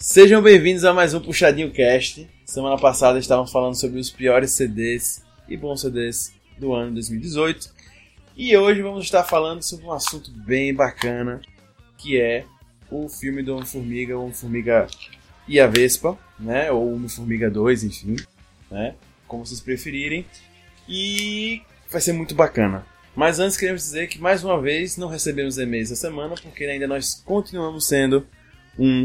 Sejam bem-vindos a mais um Puxadinho Cast. Semana passada estávamos falando sobre os piores CDs e bons CDs do ano 2018. E hoje vamos estar falando sobre um assunto bem bacana, que é o filme do Homem-Formiga, o Homem-Formiga e a Vespa, né? Ou Homem-Formiga 2, enfim, né? Como vocês preferirem. E vai ser muito bacana. Mas antes queremos dizer que mais uma vez não recebemos e-mails essa semana, porque ainda nós continuamos sendo um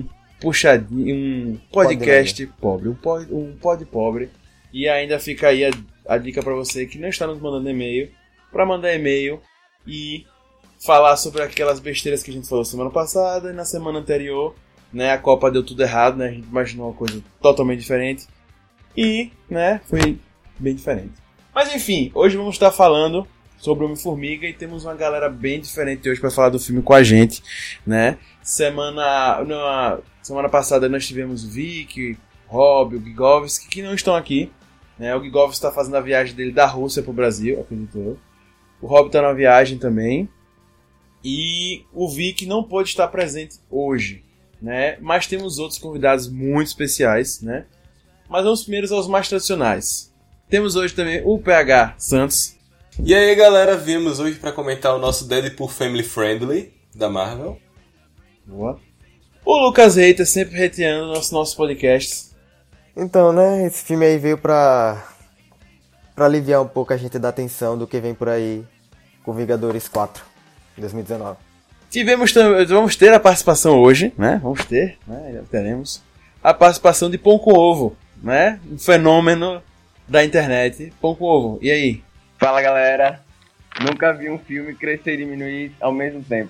podcast pobre, um pod pobre. E ainda fica aí a dica para você que não está nos mandando e-mail, para mandar e-mail e falar sobre aquelas besteiras que a gente falou semana passada e na semana anterior, né? A Copa deu tudo errado, né? A gente imaginou uma coisa totalmente diferente e, né, foi bem diferente. Mas enfim, hoje vamos estar falando sobre o Homem-Formiga e temos uma galera bem diferente hoje para falar do filme com a gente, né? Semana passada nós tivemos o Vic, Rob, o Gigovski, que não estão aqui, né? O Gigovski está fazendo a viagem dele da Rússia para o Brasil, acredito eu. O Rob está na viagem também. E o Vic não pôde estar presente hoje, né? Mas temos outros convidados muito especiais, né? Mas vamos primeiro aos mais tradicionais. Temos hoje também o PH Santos. E aí, galera, viemos hoje para comentar o nosso Deadpool Family Friendly da Marvel. Boa. O Lucas Reiter, sempre hateando nossos podcasts. Então, né, esse filme aí veio pra aliviar um pouco a gente da tensão do que vem por aí com Vingadores 4, 2019. Vamos ter a participação hoje, né? Teremos a participação de Pão com Ovo, né? Um fenômeno da internet. Pão com Ovo, e aí? Fala, galera. Nunca vi um filme crescer e diminuir ao mesmo tempo.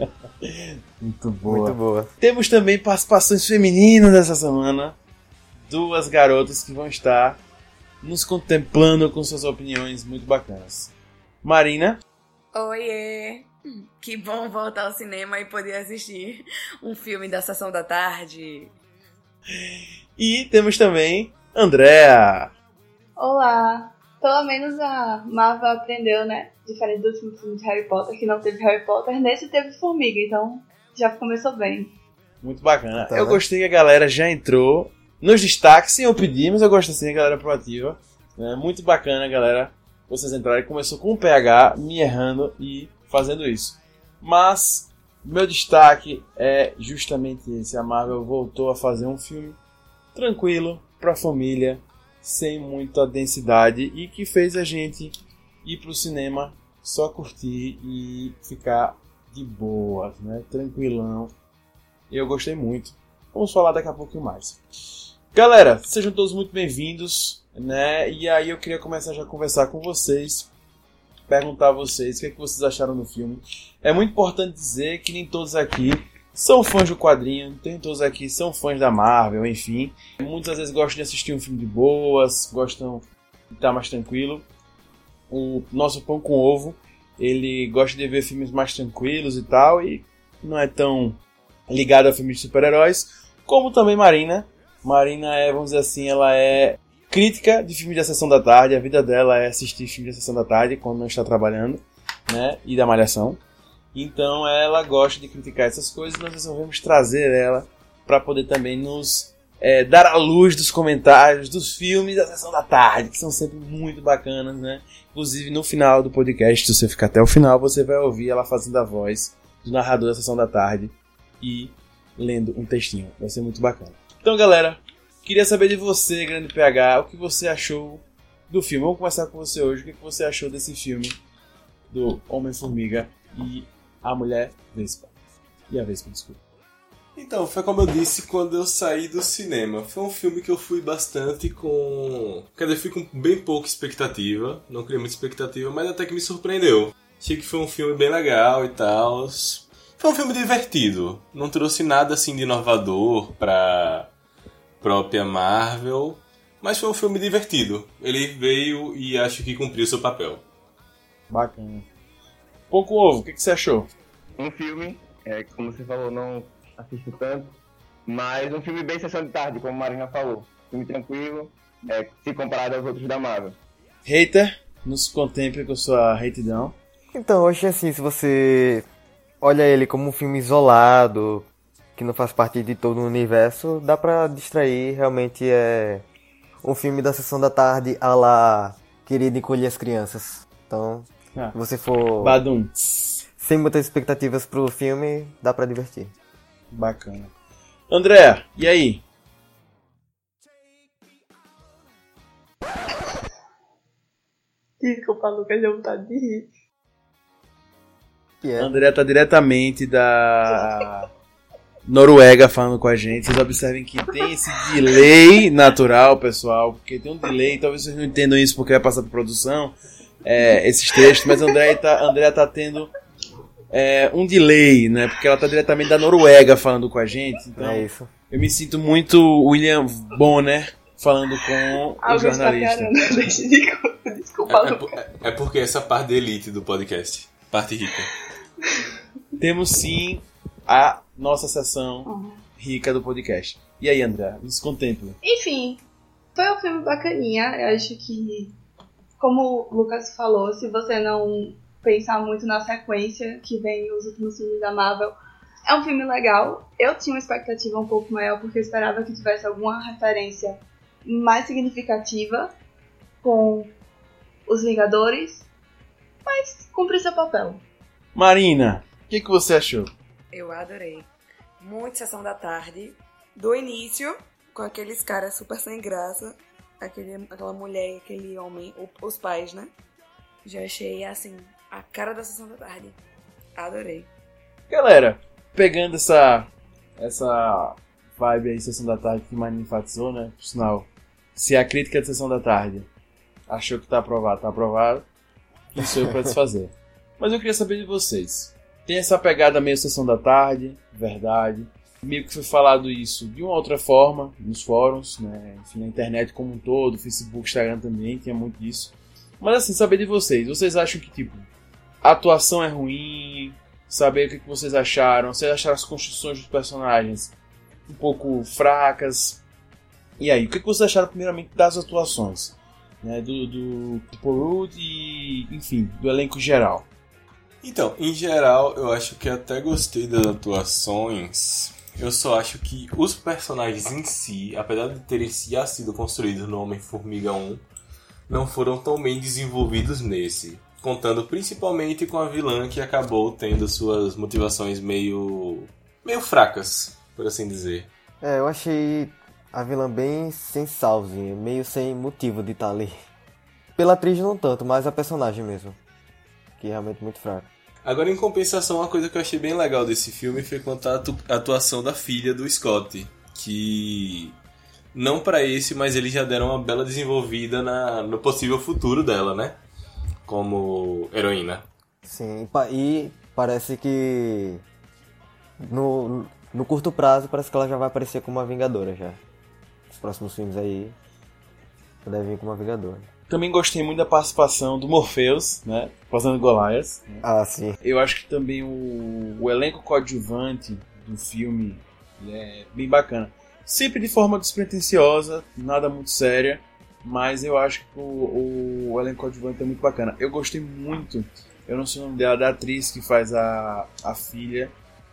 Muito boa. Muito boa. Temos também participações femininas essa semana. Duas garotas que vão estar nos contemplando com suas opiniões muito bacanas. Marina. Oiê! Que bom voltar ao cinema e poder assistir um filme da Sessão da Tarde. E temos também Andrea. Olá! Pelo menos a Marvel aprendeu, né? Diferente dos filmes de Harry Potter, que não teve Harry Potter, nesse teve Formiga, então já começou bem. Muito bacana. Eu gostei que a galera já entrou nos destaques, sem eu pedir, mas eu gosto assim, a galera proativa. Né? Muito bacana, galera, vocês entrarem. Começou com o PH, me errando e fazendo isso. Mas meu destaque é justamente esse. A Marvel voltou a fazer um filme tranquilo, pra família, sem muita densidade e que fez a gente ir pro cinema só curtir e ficar de boa, né? Tranquilão. Eu gostei muito. Vamos falar daqui a pouquinho mais. Galera, sejam todos muito bem-vindos, né? E aí eu queria começar já a conversar com vocês, perguntar a vocês o que é que vocês acharam do filme. É muito importante dizer que nem todos aqui são fãs do quadrinho, nem todos aqui são fãs da Marvel, enfim. Muitas vezes gostam de assistir um filme de boas, gostam de estar mais tranquilo. O nosso Pão com Ovo, ele gosta de ver filmes mais tranquilos e tal, e não é tão ligado a filmes de super-heróis, como também Marina. Marina é, vamos dizer assim, ela é crítica de filmes da Sessão da Tarde, a vida dela é assistir filmes da Sessão da Tarde quando não está trabalhando, né, e da Malhação. Então ela gosta de criticar essas coisas e nós resolvemos trazer ela para poder também nos dar a luz dos comentários dos filmes da Sessão da Tarde, que são sempre muito bacanas, né? Inclusive no final do podcast, se você ficar até o final, você vai ouvir ela fazendo a voz do narrador da Sessão da Tarde e lendo um textinho. Vai ser muito bacana. Então, galera, queria saber de você, grande PH, o que você achou do filme. Vamos começar com você hoje. O que você achou desse filme do Homem-Formiga e a Mulher Vespa? E a Vespa, desculpa. Então, foi como eu disse quando eu saí do cinema. Foi um filme que eu fui bastante com... Quer dizer, fui com bem pouca expectativa. Não criei muita expectativa, mas até que me surpreendeu. Achei que foi um filme bem legal e tal. Foi um filme divertido. Não trouxe nada assim de inovador pra própria Marvel. Mas foi um filme divertido. Ele veio e acho que cumpriu seu papel. Bacana. Pão com Ovo, o que você achou? Um filme, como você falou, não assisto tanto, mas um filme bem Sessão de Tarde, como a Marina falou. Filme tranquilo, se comparado aos outros da Marvel. Hater, nos contemple com sua retidão. Então, eu achei assim, se você olha ele como um filme isolado, que não faz parte de todo o universo, dá pra distrair. Realmente é um filme da Sessão da Tarde à la Querido Encolher as Crianças. Então, se você for sem muitas expectativas pro filme, dá pra divertir. Bacana. André, e aí? Desculpa, Lucas, deu vontade de rir. André tá diretamente da Noruega falando com a gente. Vocês observem que tem esse delay natural, pessoal, porque tem um delay, talvez vocês não entendam isso porque vai passar pra produção, esses textos, mas André tá tendo um delay, né? Porque ela tá diretamente da Noruega falando com a gente. Então, É isso. eu me sinto muito William Bonner falando com o jornalista. Desculpa, É porque essa parte da elite do podcast. Parte rica. Temos sim a nossa sessão rica do podcast. E aí, André, nos contemple. Enfim, foi um filme bacaninha. Eu acho que, como o Lucas falou, se você não pensar muito na sequência que vem os últimos filmes da Marvel, é um filme legal. Eu tinha uma expectativa um pouco maior porque eu esperava que tivesse alguma referência mais significativa com os Vingadores, mas cumpre seu papel. Marina, o que você achou? Eu adorei. Muito Sessão da Tarde. Do início, com aqueles caras super sem graça. Aquela mulher e aquele homem, os pais, né? Já achei, assim, a cara da Sessão da Tarde. Adorei. Galera, pegando essa vibe aí, Sessão da Tarde, que Marina enfatizou, né? Por sinal, se a crítica de Sessão da Tarde achou que tá aprovado, não sou eu pra desfazer. Mas eu queria saber de vocês. Tem essa pegada meio Sessão da Tarde, verdade. Meio que foi falado isso de uma outra forma, nos fóruns, né? Enfim, na internet como um todo, Facebook, Instagram também, tinha muito disso. Mas assim, saber de vocês. Vocês acham que, tipo, a atuação é ruim? Saber o que vocês acharam? Vocês acharam as construções dos personagens um pouco fracas? E aí, o que vocês acharam primeiramente das atuações? Né? Do Paul Rudd e, enfim, do elenco geral. Então, em geral, eu acho que até gostei das atuações. Eu só acho que os personagens em si, apesar de terem já sido construídos no Homem-Formiga 1, não foram tão bem desenvolvidos nesse. Contando principalmente com a vilã que acabou tendo suas motivações meio fracas, por assim dizer. Eu achei a vilã bem sem salzinha, meio sem motivo de estar ali. Pela atriz não tanto, mas a personagem mesmo, que é realmente muito fraca. Agora, em compensação, uma coisa que eu achei bem legal desse filme foi quanto à atuação da filha do Scott, que não pra esse, mas eles já deram uma bela desenvolvida no possível futuro dela, né? Como heroína. Sim, e parece que no curto prazo parece que ela já vai aparecer como uma Vingadora já. Os próximos filmes aí deve vir como uma Vingadora. Também gostei muito da participação do Morpheus, né? Fazendo Goliath. Né? Ah, sim. Eu acho que também o elenco coadjuvante do filme é bem bacana. Sempre de forma despretensiosa, nada muito séria, mas eu acho que o elenco coadjuvante é muito bacana. Eu gostei muito, eu não sei o nome dela, da atriz que faz a filha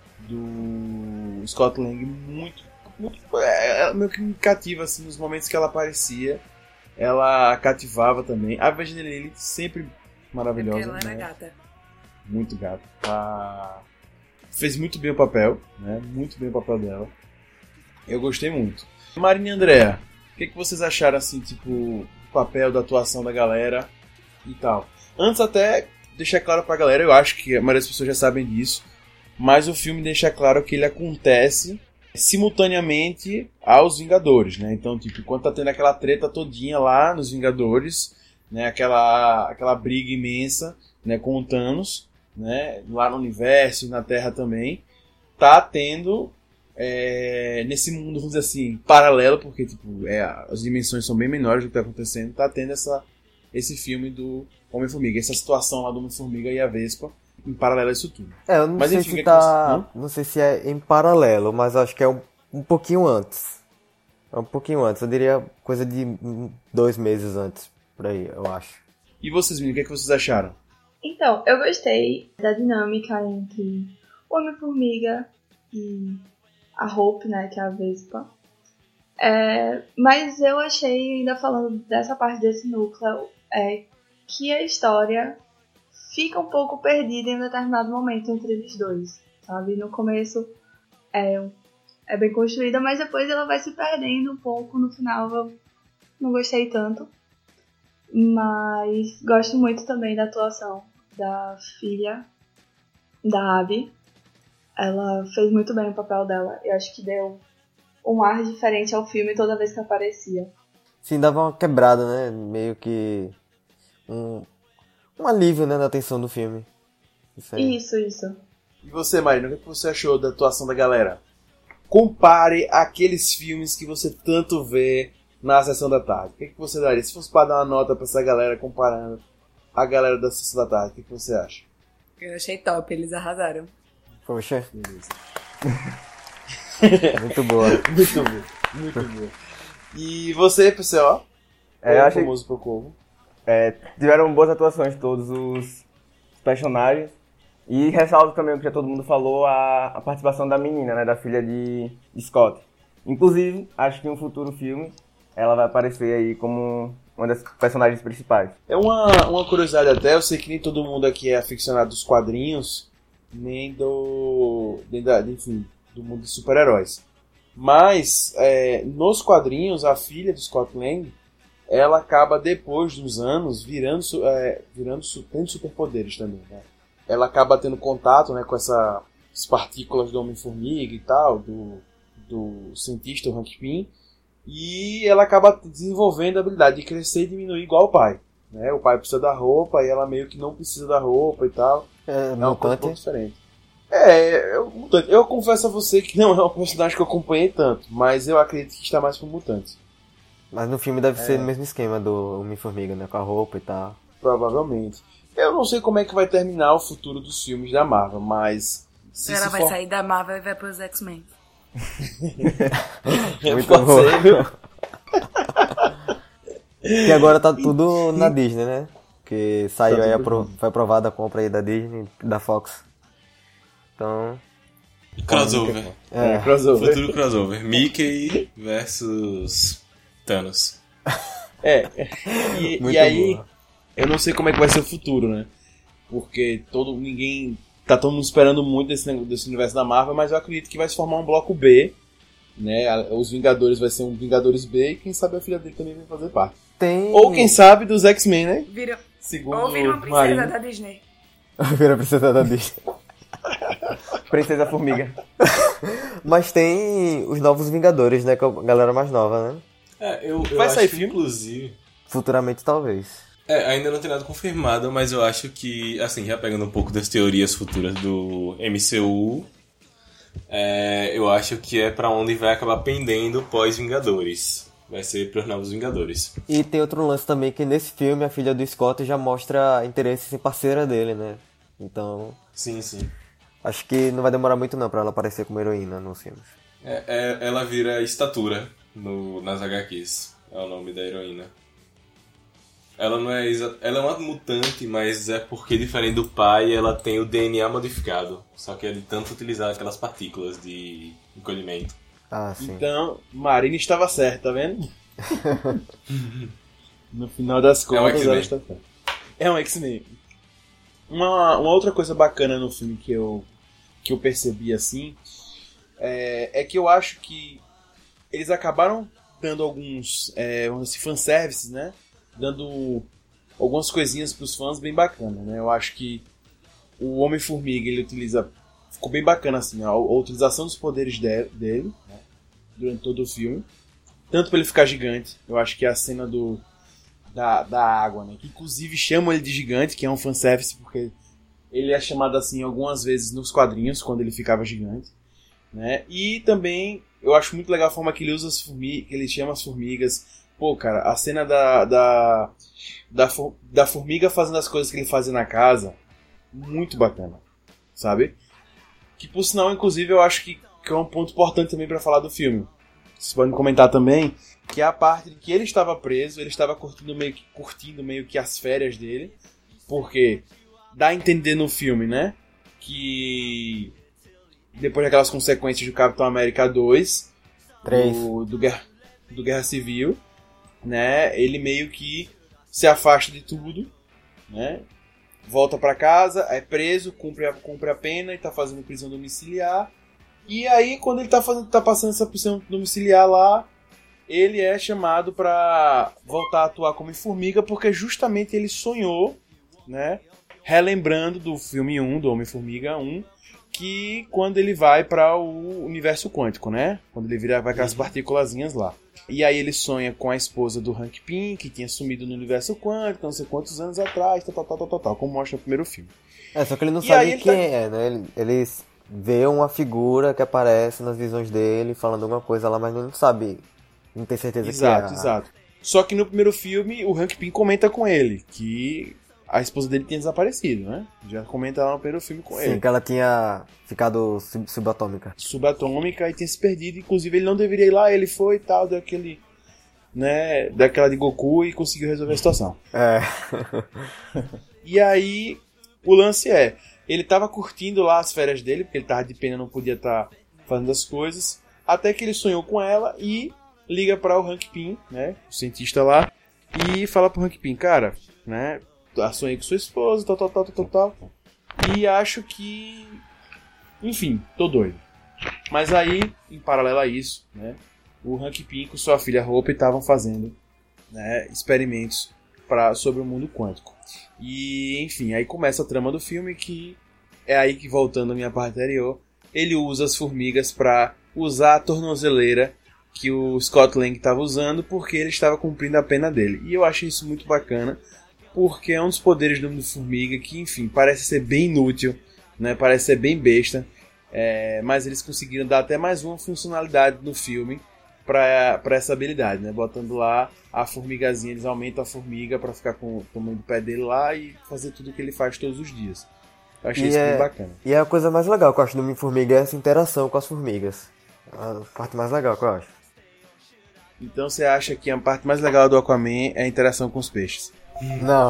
do Scott Lang, muito meio que me cativa assim, nos momentos que ela aparecia. Ela cativava também. A Evangeline Lilly sempre maravilhosa. Porque ela era né? gata. Muito gata. Fez muito bem o papel, né? Muito bem o papel dela. Eu gostei muito. Marina e Andréa, o que vocês acharam, assim, tipo, o papel da atuação da galera e tal? Antes até, deixar claro pra galera, eu acho que a maioria das pessoas já sabem disso, mas o filme deixa claro que ele acontece simultaneamente aos Vingadores, né? Então, tipo, enquanto tá tendo aquela treta todinha lá nos Vingadores, né? Aquela briga imensa, né? Com o Thanos, né? Lá no universo e na Terra também, tá tendo nesse mundo, vamos dizer assim, paralelo, porque tipo, as dimensões são bem menores do que tá acontecendo, tá tendo esse filme do Homem-Formiga, essa situação lá do Homem-Formiga e a Vespa, em paralelo a isso tudo. Eu não sei se tá. Não sei se é em paralelo, mas acho que é um pouquinho antes. É um pouquinho antes, eu diria coisa de 2 meses antes, por aí, eu acho. E vocês, meninos, o que é que vocês acharam? Então, eu gostei da dinâmica entre o Homem-Formiga e a Hope, né, que é a Vespa. Mas eu achei, ainda falando dessa parte desse núcleo, que a história fica um pouco perdida em um determinado momento entre eles dois, sabe? No começo é bem construída, mas depois ela vai se perdendo um pouco. No final eu não gostei tanto, mas gosto muito também da atuação da filha da Abby. Ela fez muito bem o papel dela. Eu acho que deu um ar diferente ao filme toda vez que aparecia. Sim, dava uma quebrada, né? Meio que um alívio, né, na tensão do filme. Isso. E você, Marina, o que você achou da atuação da galera? Compare aqueles filmes que você tanto vê na Sessão da Tarde. O que você daria? Se fosse para dar uma nota pra essa galera comparando a galera da Sessão da Tarde, o que você acha? Eu achei top, eles arrasaram. Poxa. Beleza. Muito boa. Muito boa. E você, pessoal? Eu achei famoso pro povo. Tiveram boas atuações todos os personagens. E ressalto também o que já todo mundo falou, a participação da menina, né, da filha de Scott. Inclusive, acho que em um futuro filme ela vai aparecer aí como uma das personagens principais. É uma curiosidade até, eu sei que nem todo mundo aqui é aficionado dos quadrinhos, nem do mundo de super-heróis. Mas, nos quadrinhos, a filha de Scott Lang, ela acaba depois dos anos tendo superpoderes também, né? Ela acaba tendo contato, né, com essas partículas do Homem-Formiga e tal, do cientista, o Hank Pym, e ela acaba desenvolvendo a habilidade de crescer e diminuir igual o pai, né? O pai precisa da roupa e ela meio que não precisa da roupa e tal. É uma coisa um pouco diferente. Eu confesso a você que não é um personagem que eu acompanhei tanto, mas eu acredito que está mais pro Mutante. Mas no filme deve ser no mesmo esquema do Homem-Formiga, né? Com a roupa e tal. Provavelmente. Eu não sei como é que vai terminar o futuro dos filmes da Marvel, mas... Ela vai sair da Marvel e vai pros X-Men. Muito bom. E agora tá tudo na Disney, né? Que saiu aí, foi aprovada a compra aí da Disney, da Fox. Então... Crossover. Crossover. Futuro crossover. Mickey versus Thanos. E aí... Boa. Eu não sei como é que vai ser o futuro, né? Porque todo mundo esperando muito desse universo da Marvel, mas eu acredito que vai se formar um bloco B, né? Os Vingadores vai ser um Vingadores B e quem sabe a filha dele também vai fazer parte. Ou quem sabe dos X-Men, né? Ou vira uma princesa da Disney. Vira a princesa da Disney. Princesa Formiga. Mas tem os novos Vingadores, né? Com a galera mais nova, né? Eu vai acho sair que, filme? inclusive... Futuramente, talvez. Ainda não tem nada confirmado, mas eu acho que, assim, já pegando um pouco das teorias futuras do MCU, eu acho que é pra onde vai acabar pendendo pós-Vingadores. Vai ser pros novos Vingadores. E tem outro lance também, que nesse filme a filha do Scott já mostra interesse em parceira dele, né? Então... Sim. Acho que não vai demorar muito não pra ela aparecer como heroína nos filmes. Ela vira Estatura nas HQs, é o nome da heroína. Ela não é ela é uma mutante, mas é porque, diferente do pai, ela tem o DNA modificado. Só que é de tanto utilizar aquelas partículas de encolhimento. Ah, sim. Então, Marina estava certa, tá vendo? No final das contas, ela está certa. É um X-Men. Uma outra coisa bacana no filme que eu percebi assim é que eu acho que eles acabaram dando alguns fanservices, né? Dando algumas coisinhas pros fãs bem bacana, né? Eu acho que o Homem-Formiga, ele ficou bem bacana assim, a utilização dos poderes dele, né? Durante todo o filme. Tanto pra ele ficar gigante, eu acho que é a cena da água, né? Que inclusive chamam ele de gigante, que é um fanservice, porque ele é chamado assim algumas vezes nos quadrinhos, quando ele ficava gigante, né? E também eu acho muito legal a forma que ele usa que ele chama as formigas. Pô, cara, a cena da formiga fazendo as coisas que ele fazia na casa, muito bacana, sabe? Que por sinal, inclusive, eu acho que é um ponto importante também pra falar do filme. Vocês podem comentar também que é a parte de que ele estava preso, ele estava curtindo meio que as férias dele, porque dá a entender no filme, né? Que depois daquelas consequências do Capitão América 2, 3. do Guerra Civil, né? Ele meio que se afasta de tudo, né? Volta pra casa, é preso, cumpre a pena e tá fazendo prisão domiciliar. E aí, quando ele tá passando essa prisão domiciliar lá, ele é chamado pra voltar a atuar como Homem-Formiga, porque justamente ele sonhou, né? Relembrando do filme 1, do Homem-Formiga 1, que quando ele vai para o universo quântico, né? Quando ele vai com as partículazinhas lá. E aí ele sonha com a esposa do Hank Pym, que tinha sumido no universo quântico, não sei quantos anos atrás, tal, como mostra no primeiro filme. Só que ele não sabe quem é, né? Ele vê uma figura que aparece nas visões dele, falando alguma coisa lá, mas não sabe, não tem certeza que é. Exato. Só que no primeiro filme, o Hank Pym comenta com ele que a esposa dele tinha desaparecido, né? Já comenta lá no primeiro filme com ele. Sim, que ela tinha ficado subatômica. Subatômica e tinha se perdido. Inclusive, ele não deveria ir lá, ele foi e tal, deu aquele... né? Daquela de Goku e conseguiu resolver a situação. E aí, o lance é... Ele tava curtindo lá as férias dele, porque ele tava de pena, não podia estar fazendo as coisas. Até que ele sonhou com ela e liga para o Hank Pym, né? O cientista lá. E fala pro Hank Pym, cara, né? Sonhei com sua esposa, tal. E acho que... Enfim, tô doido. Mas aí, em paralelo a isso, né? O Hank Pym com sua filha Hope estavam fazendo, né, experimentos sobre o mundo quântico. E, enfim, aí começa a trama do filme, que é aí que, voltando à minha parte anterior, ele usa as formigas para usar a tornozeleira que o Scott Lang estava usando, porque ele estava cumprindo a pena dele. E eu achei isso muito bacana, porque é um dos poderes do Homem-Formiga que, enfim, parece ser bem inútil, né? Parece ser bem besta, mas eles conseguiram dar até mais uma funcionalidade no filme para essa habilidade, né? Botando lá a formigazinha, eles aumentam a formiga para ficar com o tamanho do pé dele lá e fazer tudo que ele faz todos os dias. Eu achei isso bem bacana. E a coisa mais legal que eu acho do Homem-Formiga é essa interação com as formigas. A parte mais legal que eu acho. Então você acha que a parte mais legal do Aquaman é a interação com os peixes? Não.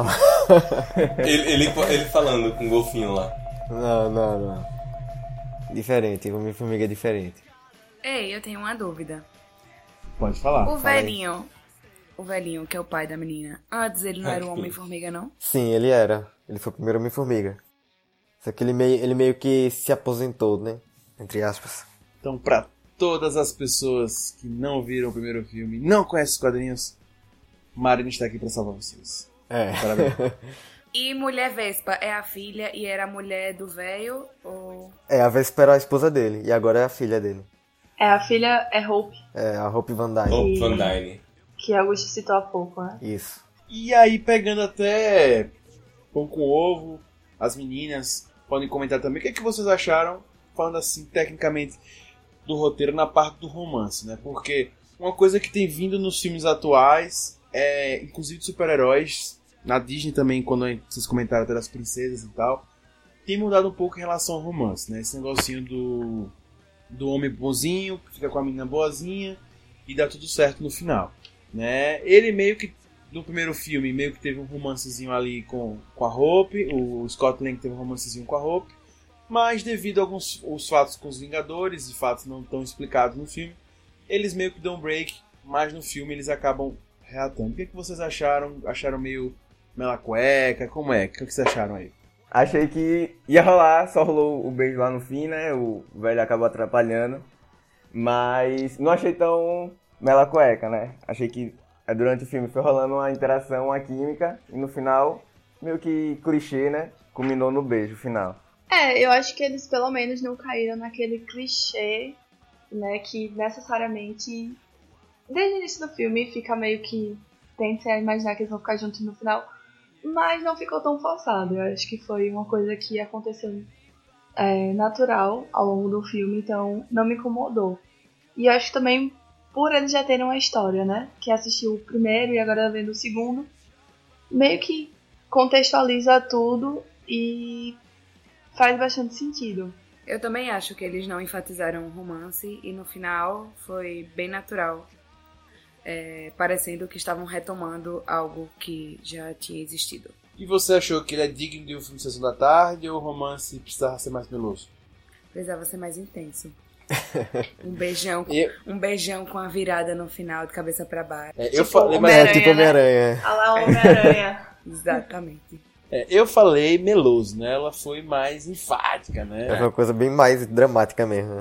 ele falando com o golfinho lá. Não. Diferente, o Homem-Formiga é diferente. Ei, eu tenho uma dúvida. Pode falar. O velhinho que é o pai da menina, antes ele não era um Homem-Formiga, não? Sim, ele era. Ele foi o primeiro Homem-Formiga. Só que ele meio que se aposentou, né? Entre aspas. Então, pra todas as pessoas que não viram o primeiro filme, não conhecem os quadrinhos, Marina está aqui pra salvar vocês. Parabéns. E Mulher Vespa é a filha e era a mulher do velho? Ou... A Vespa era a esposa dele e agora é a filha dele. A filha é Hope. A Hope Van Dyne. Hope Van Dyne. Que Augusto citou há pouco, né? Isso. E aí, pegando até pão com ovo, as meninas podem comentar também. O que é que vocês acharam, falando assim, tecnicamente, do roteiro na parte do romance, né? Porque uma coisa que tem vindo nos filmes atuais, inclusive de super-heróis, na Disney também, quando vocês comentaram até das princesas e tal, tem mudado um pouco em relação ao romance, né? Esse negocinho do homem bonzinho, que fica com a menina boazinha e dá tudo certo no final, né? Ele meio que, no primeiro filme, meio que teve um romancezinho ali com a Hope, o Scott Lang teve um romancezinho com a Hope, mas devido a alguns os fatos com os Vingadores, e fatos não tão explicados no filme, eles meio que dão um break, mas no filme eles acabam reatando. O que vocês acharam? Acharam meio mela cueca? Como é? O que vocês acharam aí? Achei que ia rolar, só rolou o beijo lá no fim, né? O velho acabou atrapalhando. Mas não achei tão mela cueca, né? Achei que durante o filme foi rolando uma interação, uma química, e no final, meio que clichê, né? Culminou no beijo final. Eu acho que eles pelo menos não caíram naquele clichê, né? Que necessariamente, desde o início do filme, fica meio que tende a imaginar que eles vão ficar juntos no final. Mas não ficou tão forçado. Eu acho que foi uma coisa que aconteceu natural ao longo do filme, então não me incomodou. E eu acho que também por eles já terem uma história, né? Que assistiu o primeiro e agora vendo o segundo, meio que contextualiza tudo e faz bastante sentido. Eu também acho que eles não enfatizaram o romance e no final foi bem natural. Parecendo que estavam retomando algo que já tinha existido. E você achou que ele é digno de um filme de Sessão da Tarde ou o romance precisava ser mais meloso? Precisava ser mais intenso. Um beijão com a virada no final, de cabeça pra baixo. Eu falei, mas tipo Homem-Aranha. Né? Olha lá o Homem-Aranha. Exatamente. Eu falei meloso, né? Ela foi mais enfática, né? É uma coisa bem mais dramática mesmo.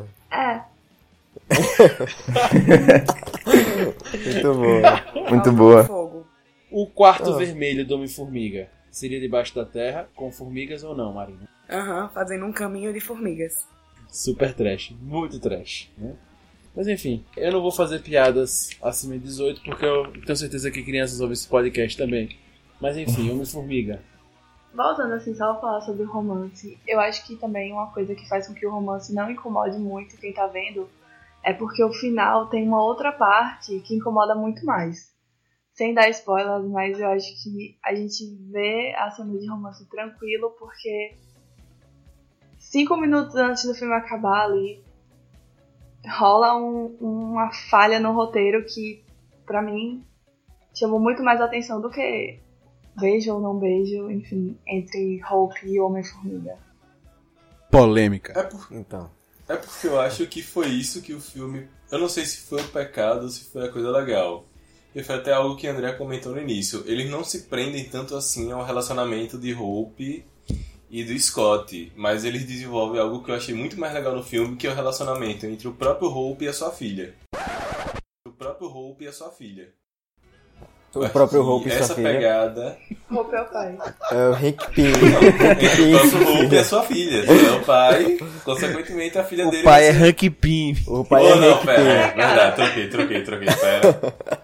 Muito boa. Muito boa. Fogo. O quarto vermelho do Homem-Formiga seria debaixo da terra, com formigas ou não, Marina? Fazendo um caminho de formigas. Super trash, muito trash, né? Mas enfim, eu não vou fazer piadas acima de 18, porque eu tenho certeza que crianças ouvem esse podcast também. Mas enfim, Homem-Formiga. Voltando assim, só a falar sobre o romance, eu acho que também uma coisa que faz com que o romance não incomode muito quem tá vendo é porque o final tem uma outra parte que incomoda muito mais. Sem dar spoilers, mas eu acho que a gente vê a cena de romance tranquilo porque 5 minutos antes do filme acabar ali, rola uma falha no roteiro que, pra mim, chamou muito mais atenção do que beijo ou não beijo, enfim, entre Hope e Homem-Formiga. Polêmica. É porque eu acho que foi isso que o filme... Eu não sei se foi um pecado ou se foi a coisa legal. E foi até algo que a Andrea comentou no início. Eles não se prendem tanto assim ao relacionamento de Hope e do Scott, mas eles desenvolvem algo que eu achei muito mais legal no filme, que é o relacionamento entre o próprio Hope e a sua filha. O próprio Hope e a sua filha. O próprio Hope e sua essa filha. pegada... Hope é o pai. É o Hank Pym. Entre o próprio Hope e a sua filha. É o pai, consequentemente a filha dele... O pai é Hank Pym. O pai é Hank Pym. É verdade, troquei, pera.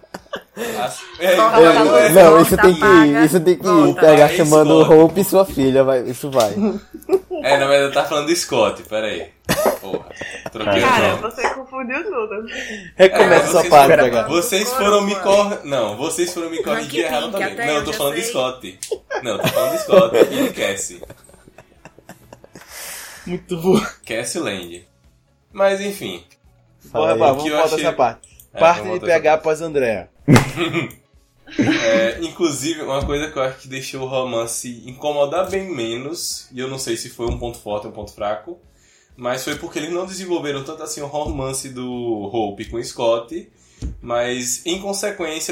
Não, isso tem que pegar chamando Hope e sua filha, isso vai. Na verdade eu tava falando do Scott, peraí. Porra, troquei o Cara, nome. você confundiu tudo. Recomeça essa parte, pegar. Vocês foram me corrigir errado também. Não, eu tô falando de Scott. Não, eu tô falando de Scott e de Cassie. Muito bom. Cassie Land. Mas enfim. Bora, vamos voltar essa parte. Parte de PH após Andrea. Inclusive, uma coisa que eu acho que deixou o romance incomodar bem menos, e eu não sei se foi um ponto forte ou um ponto fraco, mas foi porque eles não desenvolveram tanto assim o romance do Hope com o Scott, mas em consequência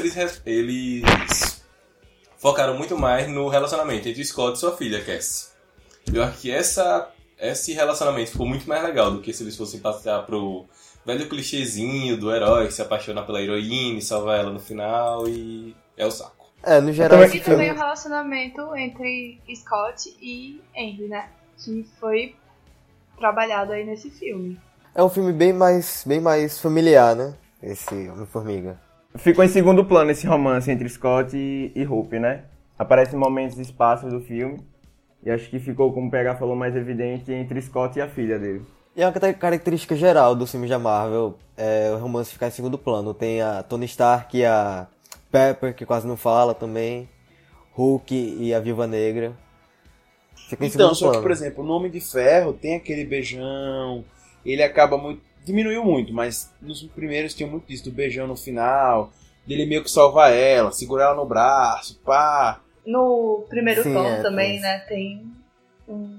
eles focaram muito mais no relacionamento entre o Scott e sua filha, Cassie. Eu acho que esse relacionamento ficou muito mais legal do que se eles fossem passar pro velho clichêzinho do herói que se apaixona pela heroína e salva ela no final e é o saco. No geral... E também o relacionamento entre Scott e Henry, né? Que foi trabalhado aí nesse filme. É um filme bem mais familiar, né? Esse Homem-Formiga. Ficou em segundo plano esse romance entre Scott e Hope, né? Aparece em momentos e espaços do filme. E acho que ficou, como o PH falou, mais evidente entre Scott e a filha dele. E é uma característica geral dos filmes da Marvel, o romance ficar em segundo plano. Tem a Tony Stark e a Pepper, que quase não fala também, Hulk e a Viúva Negra. Fica em segundo plano. Só que, por exemplo, no Homem de Ferro tem aquele beijão, ele acaba muito... Diminuiu muito, mas nos primeiros tinha muito disso, do beijão no final, dele meio que salvar ela, segurar ela no braço, pá. No primeiro tom também, né, tem um...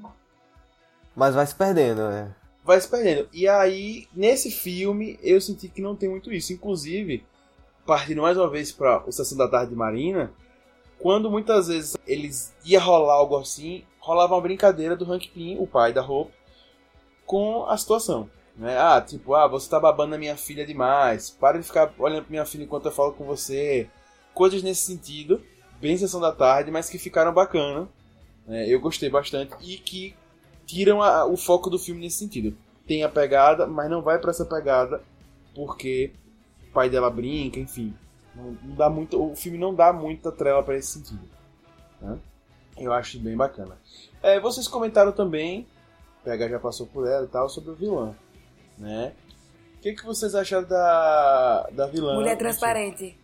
Mas vai se perdendo, Vai se perdendo. E aí, nesse filme, eu senti que não tem muito isso. Inclusive, partindo mais uma vez para o Sessão da Tarde de Marina, quando muitas vezes eles ia rolar algo assim, rolava uma brincadeira do Hank Pym, o pai da Hope, com a situação. Né? Você tá babando na minha filha demais, para de ficar olhando pra minha filha enquanto eu falo com você. Coisas nesse sentido, bem Sessão da Tarde, mas que ficaram bacana. Eu gostei bastante e que tiram o foco do filme nesse sentido. Tem a pegada, mas não vai pra essa pegada porque o pai dela brinca, enfim. Não dá muito, o filme não dá muita trela pra esse sentido. Né? Eu acho bem bacana. Vocês comentaram também, o PH já passou por ela e tal, sobre o vilão. Né? O que vocês acharam da vilã? Mulher transparente.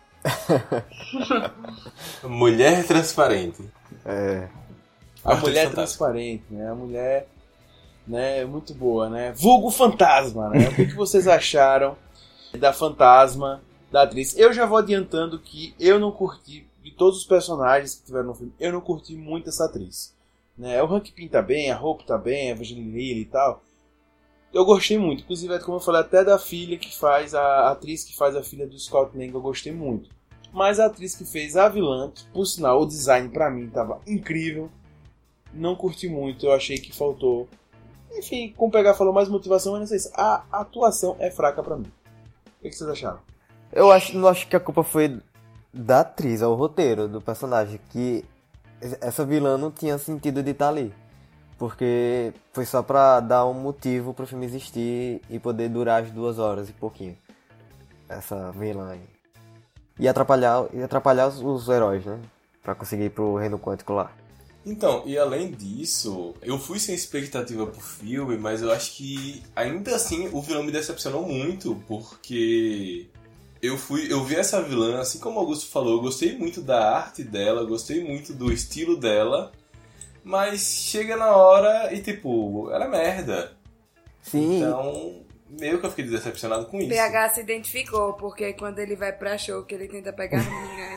Mulher transparente. A mulher transparente, né? A mulher, né, muito boa, né? Vulgo fantasma, né? O que vocês acharam da fantasma, da atriz? Eu já vou adiantando que eu não curti, de todos os personagens que tiveram no filme, eu não curti muito essa atriz. Né? O Hank Pym tá bem, a Hope tá bem, a Evangeline Lilly e tal, Eu gostei muito. Inclusive, como eu falei, até da filha que faz, a atriz que faz a filha do Scott Lang, eu gostei muito. Mas a atriz que fez a vilã, que, por sinal, o design pra mim tava incrível. Não curti muito, eu achei que faltou. Enfim, como pegar falou, mais motivação, mas não sei se a atuação é fraca pra mim. O que vocês acharam? Não acho que a culpa foi da atriz, é o roteiro do personagem, que essa vilã não tinha sentido de estar ali. Porque foi só pra dar um motivo pro filme existir e poder durar as 2 horas e pouquinho. Essa vilã aí. E atrapalhar os heróis, né? Pra conseguir ir pro reino quântico lá. Então, e além disso, eu fui sem expectativa pro filme, mas eu acho que ainda assim o vilão me decepcionou muito, porque eu vi essa vilã, assim como o Augusto falou, eu gostei muito da arte dela, gostei muito do estilo dela, mas chega na hora e tipo, ela é merda. Sim. Então, meio que eu fiquei decepcionado com isso. PH se identificou, porque quando ele vai pra show, que ele tenta pegar a menina.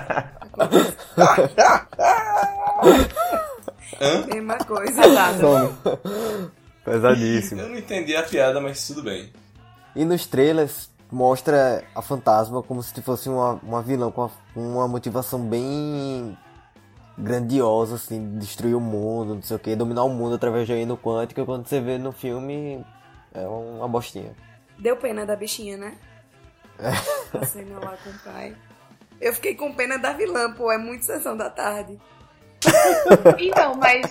Mesma coisa, nada. Pesadíssimo. Eu não entendi a piada, mas tudo bem. E nos trailers mostra a fantasma como se fosse uma vilã com uma motivação bem grandiosa, assim, destruir o mundo, não sei o que, dominar o mundo através do reino quântico. E quando você vê no filme, é uma bostinha. Deu pena da bichinha, né? A cena lá com o pai. Eu fiquei com pena da vilã, pô, é muito sessão da tarde. Então, mas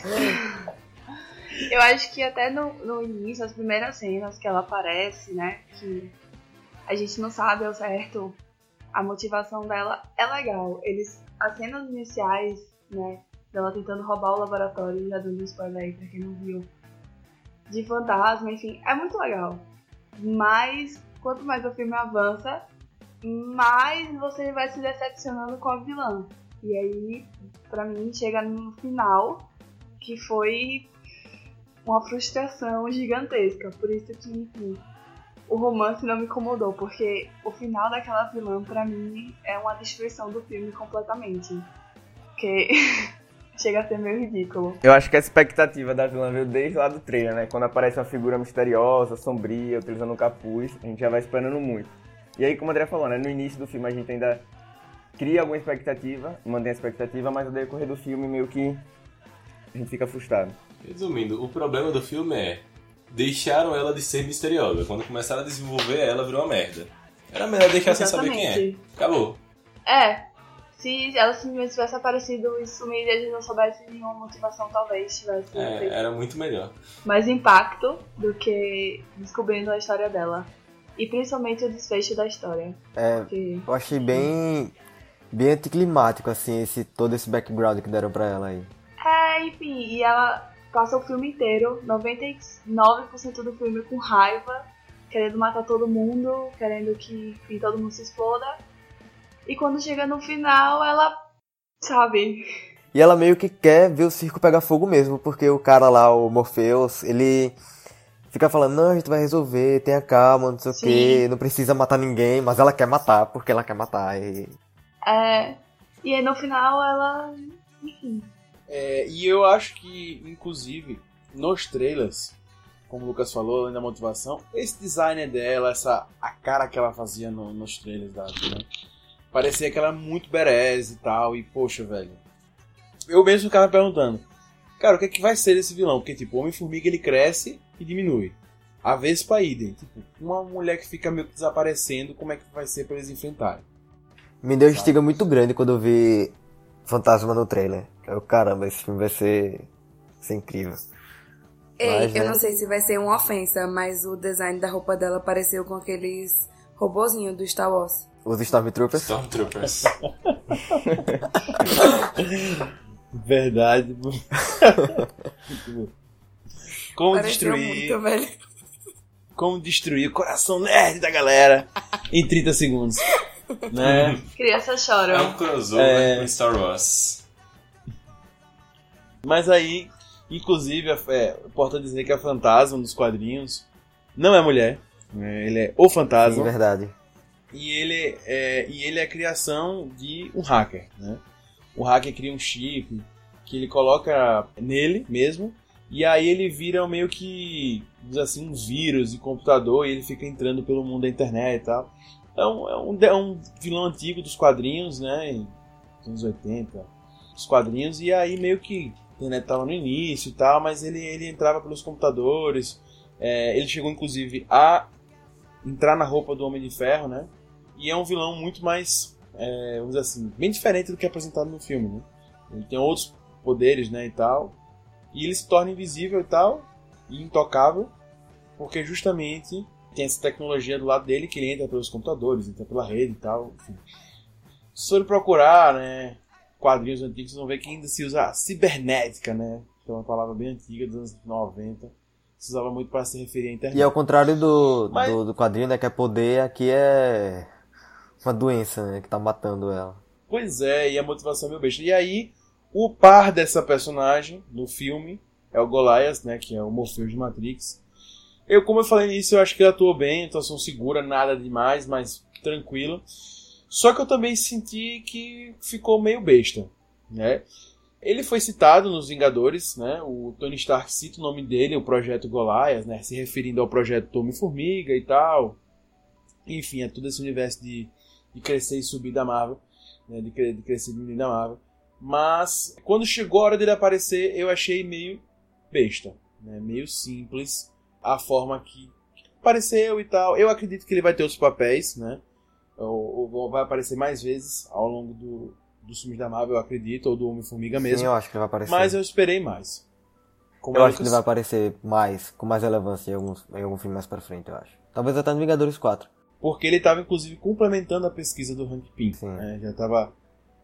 eu acho que até no início, as primeiras cenas que ela aparece, né, que a gente não sabe ao certo a motivação dela, é legal. As cenas iniciais, né, dela tentando roubar o laboratório, já dando spoiler aí pra quem não viu, de fantasma, enfim, é muito legal. Mas quanto mais o filme avança, mais você vai se decepcionando com a vilã. E aí, pra mim, chega no final, que foi uma frustração gigantesca. Por isso que, enfim, o romance não me incomodou, porque o final daquela vilã, pra mim, é uma destruição do filme completamente. Porque chega a ser meio ridículo. Eu acho que a expectativa da vilã veio desde lá do trailer, né? Quando aparece uma figura misteriosa, sombria, utilizando um capuz, a gente já vai esperando muito. E aí, como o André falou, né? No início do filme a gente ainda cria alguma expectativa, mantém a expectativa, mas no decorrer do filme meio que a gente fica frustrado. Resumindo, o problema do filme é deixaram ela de ser misteriosa. Quando começaram a desenvolver ela, virou uma merda. Era melhor deixar sem saber quem é. Acabou. Se ela simplesmente tivesse aparecido e sumido e a gente não soubesse nenhuma motivação, talvez tivesse era muito melhor. Mais impacto do que descobrindo a história dela. E principalmente o desfecho da história. Eu achei bem anticlimático, assim, todo esse background que deram pra ela aí. Enfim, e ela passa o filme inteiro, 99% do filme com raiva, querendo matar todo mundo, querendo que, enfim, todo mundo se exploda. E quando chega no final, ela, sabe... E ela meio que quer ver o circo pegar fogo mesmo, porque o cara lá, o Morpheus, ele fica falando, não, a gente vai resolver, tenha calma, não sei o que, não precisa matar ninguém, mas ela quer matar, porque ela quer matar. E aí no final ela... Enfim. E eu acho que, inclusive, nos trailers, como o Lucas falou, além da motivação, esse designer dela, a cara que ela fazia nos trailers da vida, parecia que ela era muito badass e tal, e poxa, velho. Eu mesmo ficava perguntando, cara, o que é que vai ser desse vilão? Porque, tipo, o Homem-Formiga ele cresce e diminui. A Vespa idem, tipo, uma mulher que fica meio que desaparecendo, como é que vai ser pra eles enfrentarem? Me deu instiga muito grande quando eu vi Fantasma no trailer. Caramba, esse filme vai ser incrível. Mas, eu não sei se vai ser uma ofensa, mas o design da roupa dela pareceu com aqueles robozinhos do Star Wars. Os Stormtroopers? Stormtroopers. Verdade. Como pareceu destruir... muito, velho. Como destruir o coração nerd da galera em 30 segundos. Né? Crianças choram. É um crossover com Star Wars. Mas aí, inclusive, importa dizer que a Fantasma nos quadrinhos não é mulher. Ele é o Fantasma. Sim, verdade. E ele é a criação de um hacker, né? O hacker cria um chip que ele coloca nele mesmo E aí ele vira meio que, assim, um vírus de computador e ele fica entrando pelo mundo da internet e tal. É um vilão antigo dos quadrinhos, né? Dos anos 80, dos quadrinhos. E aí meio que a internet tava no início e tal, mas ele entrava pelos computadores. Ele chegou, inclusive, a entrar na roupa do Homem de Ferro, né? E é um vilão muito mais, vamos dizer assim, bem diferente do que é apresentado no filme, né? Ele tem outros poderes, né, e tal. E ele se torna invisível e tal, e intocável, porque justamente tem essa tecnologia do lado dele que ele entra pelos computadores, entra pela rede e tal. Enfim. Se for procurar, né, quadrinhos antigos, vocês vão ver que ainda se usa a cibernética, né? Que é uma palavra bem antiga, dos anos 90. Se usava muito para se referir à internet. E ao contrário do quadrinho, né, que é poder, aqui é uma doença, né, que tá matando ela. Pois é, e a motivação é meio besta. E aí, o par dessa personagem no filme é o Goliath, né, que é o Morpheus de Matrix. Como eu falei nisso, eu acho que ele atuou bem, atuação segura, nada demais, mas tranquilo. Só que eu também senti que ficou meio besta, né? Ele foi citado nos Vingadores, né? O Tony Stark cita o nome dele, o projeto Goliath, né? Se referindo ao projeto Homem-Formiga e tal. Enfim, é todo esse universo de crescer e subir da Marvel, né? De crescer e diminuir da Marvel. Mas, quando chegou a hora dele aparecer, eu achei meio besta, né? Meio simples a forma que apareceu e tal. Eu acredito que ele vai ter outros papéis, né? Ou vai aparecer mais vezes ao longo dos filmes da Marvel, eu acredito, ou do Homem-Formiga mesmo. Sim, eu acho que ele vai aparecer. Mas eu esperei mais. Eu acho que ele vai aparecer mais, com mais relevância em algum filme mais pra frente, eu acho. Talvez até no Vingadores 4. Porque ele estava, inclusive, complementando a pesquisa do Hank Pym. Já estava...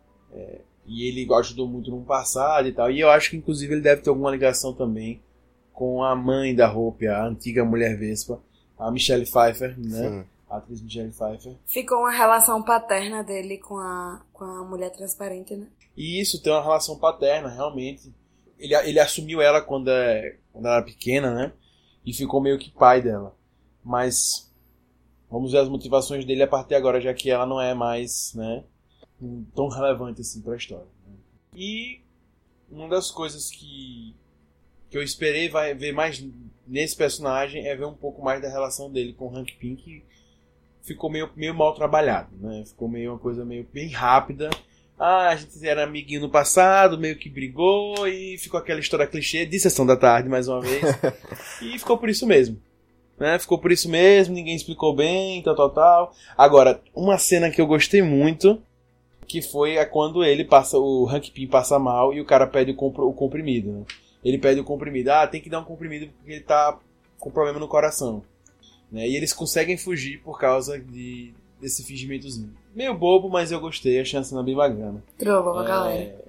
e ele ajudou muito no passado e tal. E eu acho que, inclusive, ele deve ter alguma ligação também com a mãe da Hope, a antiga mulher Vespa, a Michelle Pfeiffer, né? Sim. A atriz Michelle Pfeiffer. Ficou uma relação paterna dele com a mulher transparente, né? E isso, tem uma relação paterna, realmente. Ele assumiu ela quando ela era pequena, né? E ficou meio que pai dela. Mas vamos ver as motivações dele a partir de agora, já que ela não é mais, né, tão relevante assim pra história. E uma das coisas que eu esperei ver mais nesse personagem é ver um pouco mais da relação dele com o Hank Pym, que ficou meio mal trabalhado, né? Ficou meio uma coisa meio bem rápida. A gente era amiguinho no passado, meio que brigou e ficou aquela história clichê de Sessão da Tarde, mais uma vez. E ficou por isso mesmo, né? Ficou por isso mesmo, ninguém explicou bem, tal. Agora, uma cena que eu gostei muito, que foi quando o Hank Pym passa mal e o cara pede o comprimido, né? Ele pede o comprimido. Tem que dar um comprimido porque ele tá com problema no coração, né? E eles conseguem fugir por causa desse fingimentozinho. Meio bobo, mas eu gostei, achei a cena bem bacana. Trollou a galera.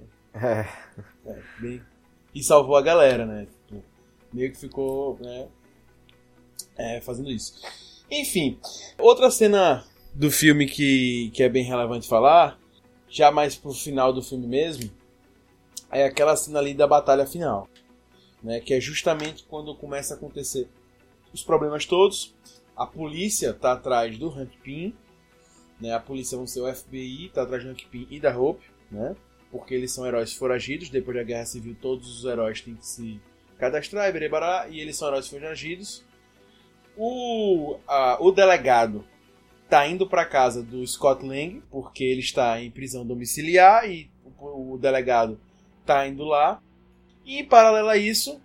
E salvou a galera, né? Meio que ficou, né, fazendo isso. Enfim, outra cena do filme que é bem relevante falar, já mais pro final do filme mesmo, é aquela cena ali da batalha final, né? Que é justamente quando começa a acontecer os problemas todos. A polícia tá atrás do Hank Pym, né? A polícia vão ser o FBI, tá atrás do Hank Pym e da Hope, né? Porque eles são heróis foragidos. Depois da Guerra Civil, todos os heróis têm que se cadastrar e eles são heróis foragidos. O delegado tá indo para casa do Scott Lang, porque ele está em prisão domiciliar, e o delegado tá indo lá. E em paralelo a isso,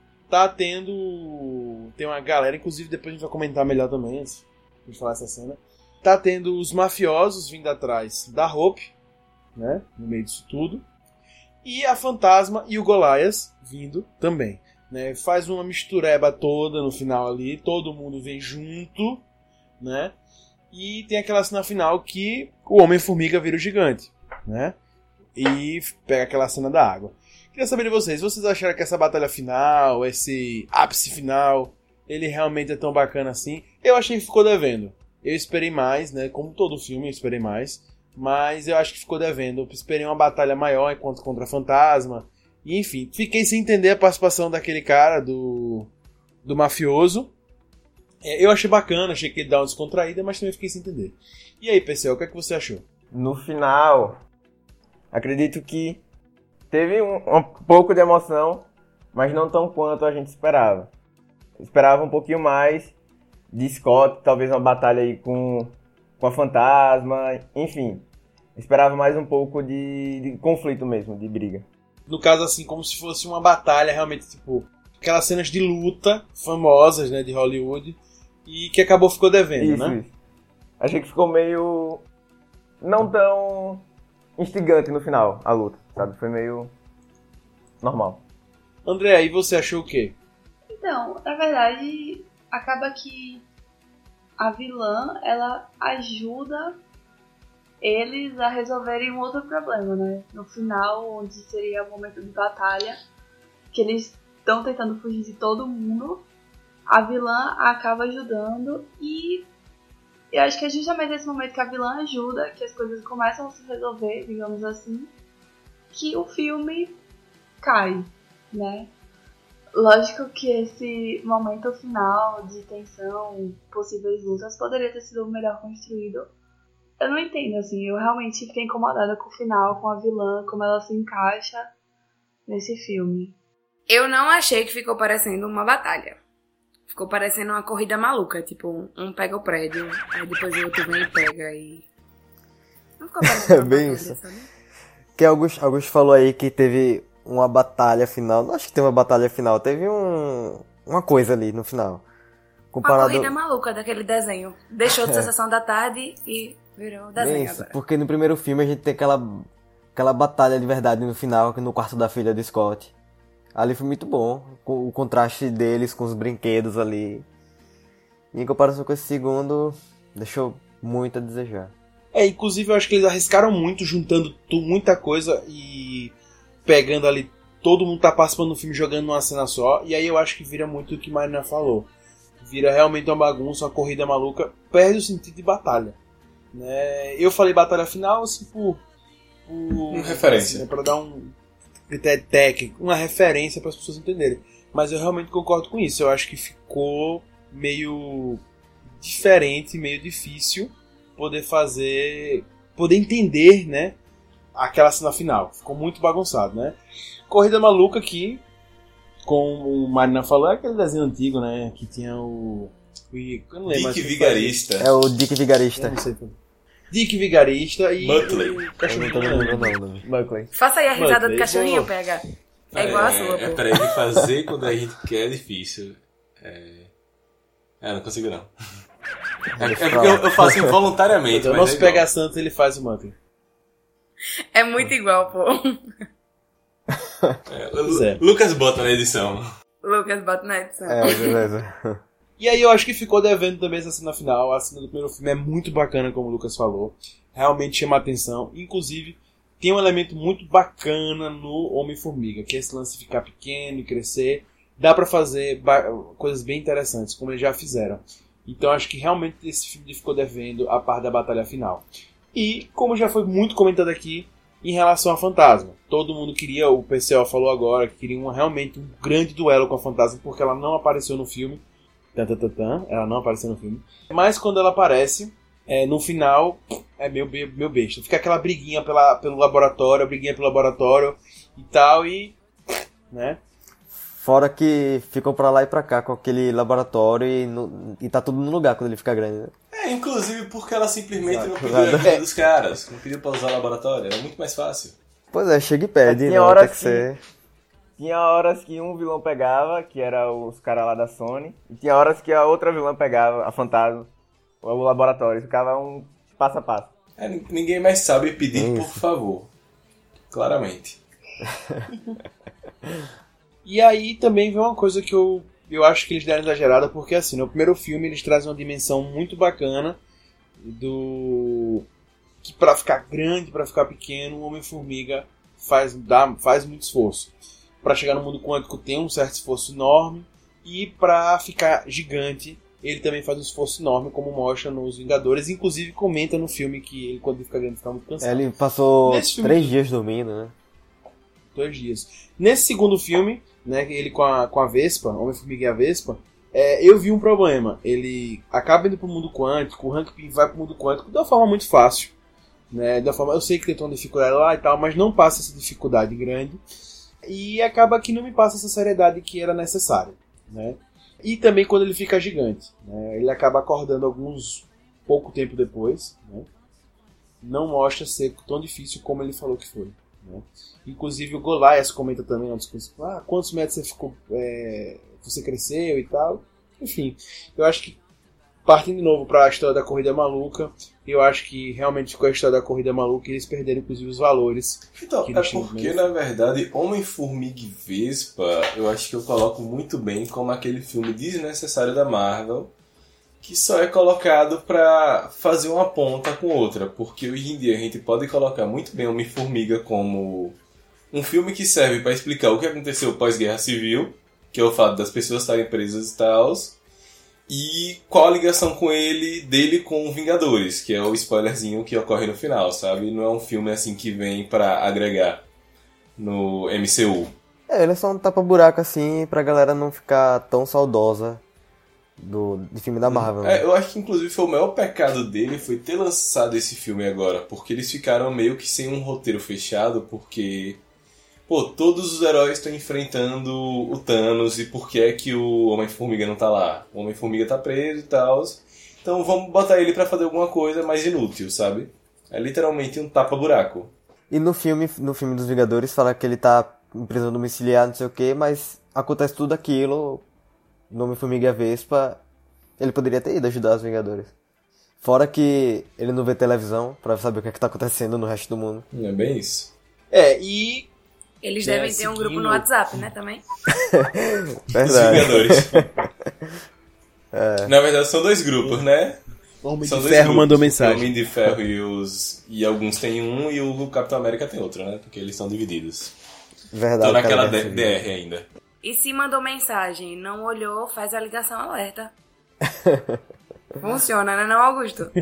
tem uma galera, inclusive depois a gente vai comentar melhor também, antes de falar essa cena. Tá tendo os mafiosos vindo atrás da Hope, né, no meio disso tudo. E a Fantasma e o Goliath vindo também, né? Faz uma mistureba toda no final ali, todo mundo vem junto, né? E tem aquela cena final que o Homem-Formiga vira o gigante, né? E pega aquela cena da água. Queria saber de vocês acharam que essa batalha final, esse ápice final, ele realmente é tão bacana assim? Eu achei que ficou devendo. Eu esperei mais, né? Como todo filme, eu esperei mais. Mas eu acho que ficou devendo. Eu esperei uma batalha maior contra a Fantasma. E, enfim, fiquei sem entender a participação daquele cara, do mafioso. Eu achei bacana, achei que ele dá uma descontraída, mas também fiquei sem entender. E aí, PCL, o que é que você achou? No final, acredito que teve um pouco de emoção, mas não tão quanto a gente esperava. Esperava um pouquinho mais de Scott, talvez uma batalha aí com a Fantasma, enfim. Esperava mais um pouco de conflito mesmo, de briga. No caso, assim, como se fosse uma batalha realmente, tipo, aquelas cenas de luta famosas, né, de Hollywood, e que ficou devendo, né? Isso. Achei que ficou meio... não tão instigante no final, a luta, sabe? Foi meio normal. André, e você achou o quê? Então, na verdade, acaba que a vilã, ela ajuda eles a resolverem um outro problema, né? No final, onde seria o momento de batalha, que eles estão tentando fugir de todo mundo, a vilã acaba ajudando e eu acho que é justamente nesse momento que a vilã ajuda, que as coisas começam a se resolver, digamos assim, que o filme cai, né? Lógico que esse momento final de tensão, possíveis lutas, poderia ter sido melhor construído. Eu não entendo, assim, eu realmente fiquei incomodada com o final, com a vilã, como ela se encaixa nesse filme. Eu não achei que ficou parecendo uma batalha. Ficou parecendo uma corrida maluca, tipo, um pega o prédio, aí depois o outro vem e pega e... Não ficou parecendo É bem isso. Que Augusto falou aí que teve uma batalha final. Não acho que teve uma batalha final, teve uma coisa ali no final. Comparado... Uma corrida maluca daquele desenho. Deixou de ser Sessão da Tarde e virou desenho isso, agora. Porque no primeiro filme a gente tem aquela batalha de verdade no final, no quarto da filha de Scott. Ali foi muito bom, o contraste deles com os brinquedos ali. E em comparação com esse segundo, deixou muito a desejar. Inclusive eu acho que eles arriscaram muito, juntando muita coisa e pegando ali, todo mundo tá participando do filme jogando numa cena só, e aí eu acho que vira muito o que Marina falou. Vira realmente uma bagunça, uma corrida maluca, perde o sentido de batalha. Né? Eu falei batalha final, assim, por referência. Assim, para dar um critério técnico, uma referência para as pessoas entenderem. Mas eu realmente concordo com isso. Eu acho que ficou meio diferente, meio difícil poder entender, né, aquela cena final. Ficou muito bagunçado, né? Corrida maluca aqui, como o Marina falou, é aquele desenho antigo, né, que tinha o... Eu não lembro, Dick Vigarista. É o Dick Vigarista. Eu não sei. Dick Vigarista e... Muttley. Buckley. Faça aí a risada do cachorrinho, pega. É igual a sua, pô. É pra ele fazer quando a gente quer, é difícil. Não consigo não. É porque eu faço involuntariamente. O nosso Pega Santos, ele faz o Muttley. É muito igual, pô. Lucas bota na edição. Lucas bota na edição. Beleza. E aí eu acho que ficou devendo também essa cena final. A cena do primeiro filme é muito bacana, como o Lucas falou. Realmente chama a atenção. Inclusive, tem um elemento muito bacana no Homem-Formiga, que é esse lance de ficar pequeno e crescer. Dá pra fazer coisas bem interessantes, como eles já fizeram. Então acho que realmente esse filme ficou devendo a parte da batalha final. E, como já foi muito comentado aqui, em relação a Fantasma. Todo mundo queria, o PCO falou agora, que queria realmente um grande duelo com a Fantasma, porque ela não apareceu no filme. Ela não apareceu no filme. Mas quando ela aparece, no final, é meio besta. Fica aquela briguinha pelo laboratório, e tal, e... né? Fora que ficou pra lá e pra cá com aquele laboratório e tá tudo no lugar quando ele fica grande, né? Inclusive porque ela simplesmente não pediu a ajuda dos caras. Não pediu pra usar o laboratório, era muito mais fácil. Pois é, chega e pede, tinha não, horas tem que ser... Tinha horas que um vilão pegava, que era os caras lá da Sony, e tinha horas que a outra vilã pegava, a Fantasma, o laboratório. Ficava um passo a passo. Ninguém mais sabe pedir por favor. Claramente. E aí também vem uma coisa que eu acho que eles deram exagerada, porque assim, no primeiro filme eles trazem uma dimensão muito bacana que pra ficar grande, pra ficar pequeno, o Homem-Formiga faz muito esforço. Pra chegar no mundo quântico tem um certo esforço enorme, e pra ficar gigante ele também faz um esforço enorme, como mostra nos Vingadores. Inclusive comenta no filme que ele, quando ele fica grande, fica muito cansado. Ele passou 3 dias dormindo, né? 2 dias. Nesse segundo filme, né, ele com a Vespa, Homem-Formiga e a Vespa, eu vi um problema. Ele acaba indo pro mundo quântico, o Hank Pym vai pro mundo quântico de uma forma muito fácil. Né, eu sei que tem uma dificuldade lá e tal, mas não passa essa dificuldade grande. E acaba que não me passa essa seriedade que era necessária, né? E também quando ele fica gigante, né? Ele acaba acordando pouco tempo depois, né? Não mostra ser tão difícil como ele falou que foi, né? Inclusive o Goliath comenta também na discussão, quantos metros você ficou, você cresceu e tal. Enfim, eu acho que partindo de novo para a história da Corrida Maluca, eu acho que realmente ficou a história da Corrida Maluca e eles perderam inclusive os valores. Então, porque na verdade Homem-Formiga e Vespa, eu acho que eu coloco muito bem como aquele filme desnecessário da Marvel, que só é colocado para fazer uma ponta com outra, porque hoje em dia a gente pode colocar muito bem Homem-Formiga como um filme que serve para explicar o que aconteceu pós-guerra civil, que é o fato das pessoas estarem presas e tal, e qual a ligação dele com Vingadores, que é o spoilerzinho que ocorre no final, sabe? Não é um filme assim que vem pra agregar no MCU. Ele é só um tapa-buraco assim pra galera não ficar tão saudosa de filme da Marvel. Né? Eu acho que inclusive foi o maior pecado dele foi ter lançado esse filme agora, porque eles ficaram meio que sem um roteiro fechado, porque todos os heróis estão enfrentando o Thanos e por que é que o Homem-Formiga não tá lá? O Homem-Formiga tá preso e tal. Então vamos botar ele pra fazer alguma coisa mais inútil, sabe? É literalmente um tapa-buraco. E no filme dos Vingadores fala que ele tá em prisão domiciliar, não sei o que, mas acontece tudo aquilo. No Homem-Formiga e a Vespa, ele poderia ter ido ajudar os Vingadores. Fora que ele não vê televisão pra saber o que é que tá acontecendo no resto do mundo. É bem isso. E eles devem ter um grupo no WhatsApp, né, também? Verdade. Os Vingadores. Na verdade, são 2 grupos, né? O Homem de Ferro mandou mensagem. O Homem de Ferro e alguns têm um e o Capitão América tem outro, né? Porque eles são divididos. Verdade. Tô naquela DR ainda. E se mandou mensagem, não olhou, faz a ligação alerta. Funciona, né, não, Augusto?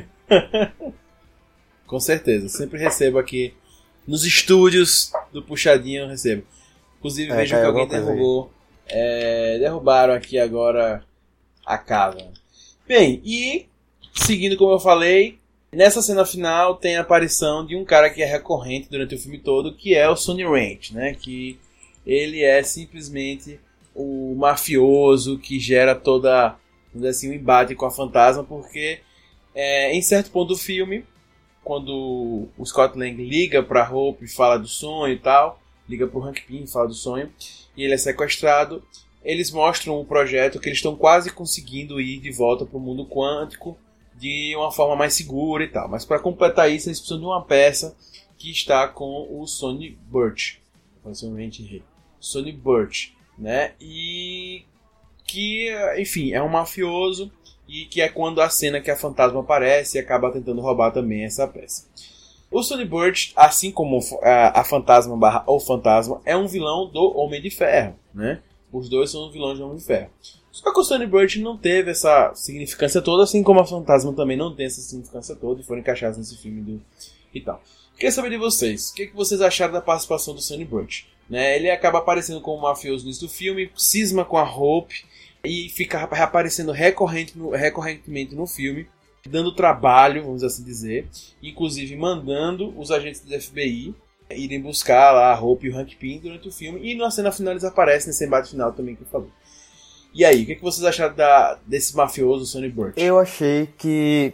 Com certeza. Sempre recebo aqui nos estúdios do Puxadinho, eu recebo. Inclusive, vejo que alguém derrubou. Derrubaram aqui agora a casa. Bem, e seguindo como eu falei, nessa cena final tem a aparição de um cara que é recorrente durante o filme todo, que é o Sonny Ranch, né? Que ele é simplesmente o mafioso que gera toda, vamos dizer assim, um embate com a fantasma, porque em certo ponto do filme, quando o Scott Lang liga pra Hope e fala do sonho e tal, liga pro Hank Pym e fala do sonho, e ele é sequestrado, eles mostram um projeto que eles estão quase conseguindo ir de volta pro mundo quântico de uma forma mais segura e tal. Mas para completar isso, eles precisam de uma peça que está com o Sonny Burch. Sonny Burch, né? E que, enfim, é um mafioso e que é quando a cena que a fantasma aparece e acaba tentando roubar também essa peça. O Sonny Burch, assim como a fantasma / o fantasma, é um vilão do Homem de Ferro, né? Os dois são vilões do Homem de Ferro. Só que o Sonny Burch não teve essa significância toda, assim como a fantasma também não tem essa significância toda e foram encaixados nesse filme e tal. Queria saber de vocês, o que vocês acharam da participação do Sonny Burch? Né? Ele acaba aparecendo como mafioso no início do filme, cisma com a Hope e fica reaparecendo recorrentemente no filme, dando trabalho, vamos assim dizer, inclusive mandando os agentes do FBI irem buscar lá a Hope e o Hank Pym durante o filme, e na cena final eles aparecem nesse embate final também que eu falei. E aí, o que vocês acharam desse mafioso Sonny Burch? Eu achei que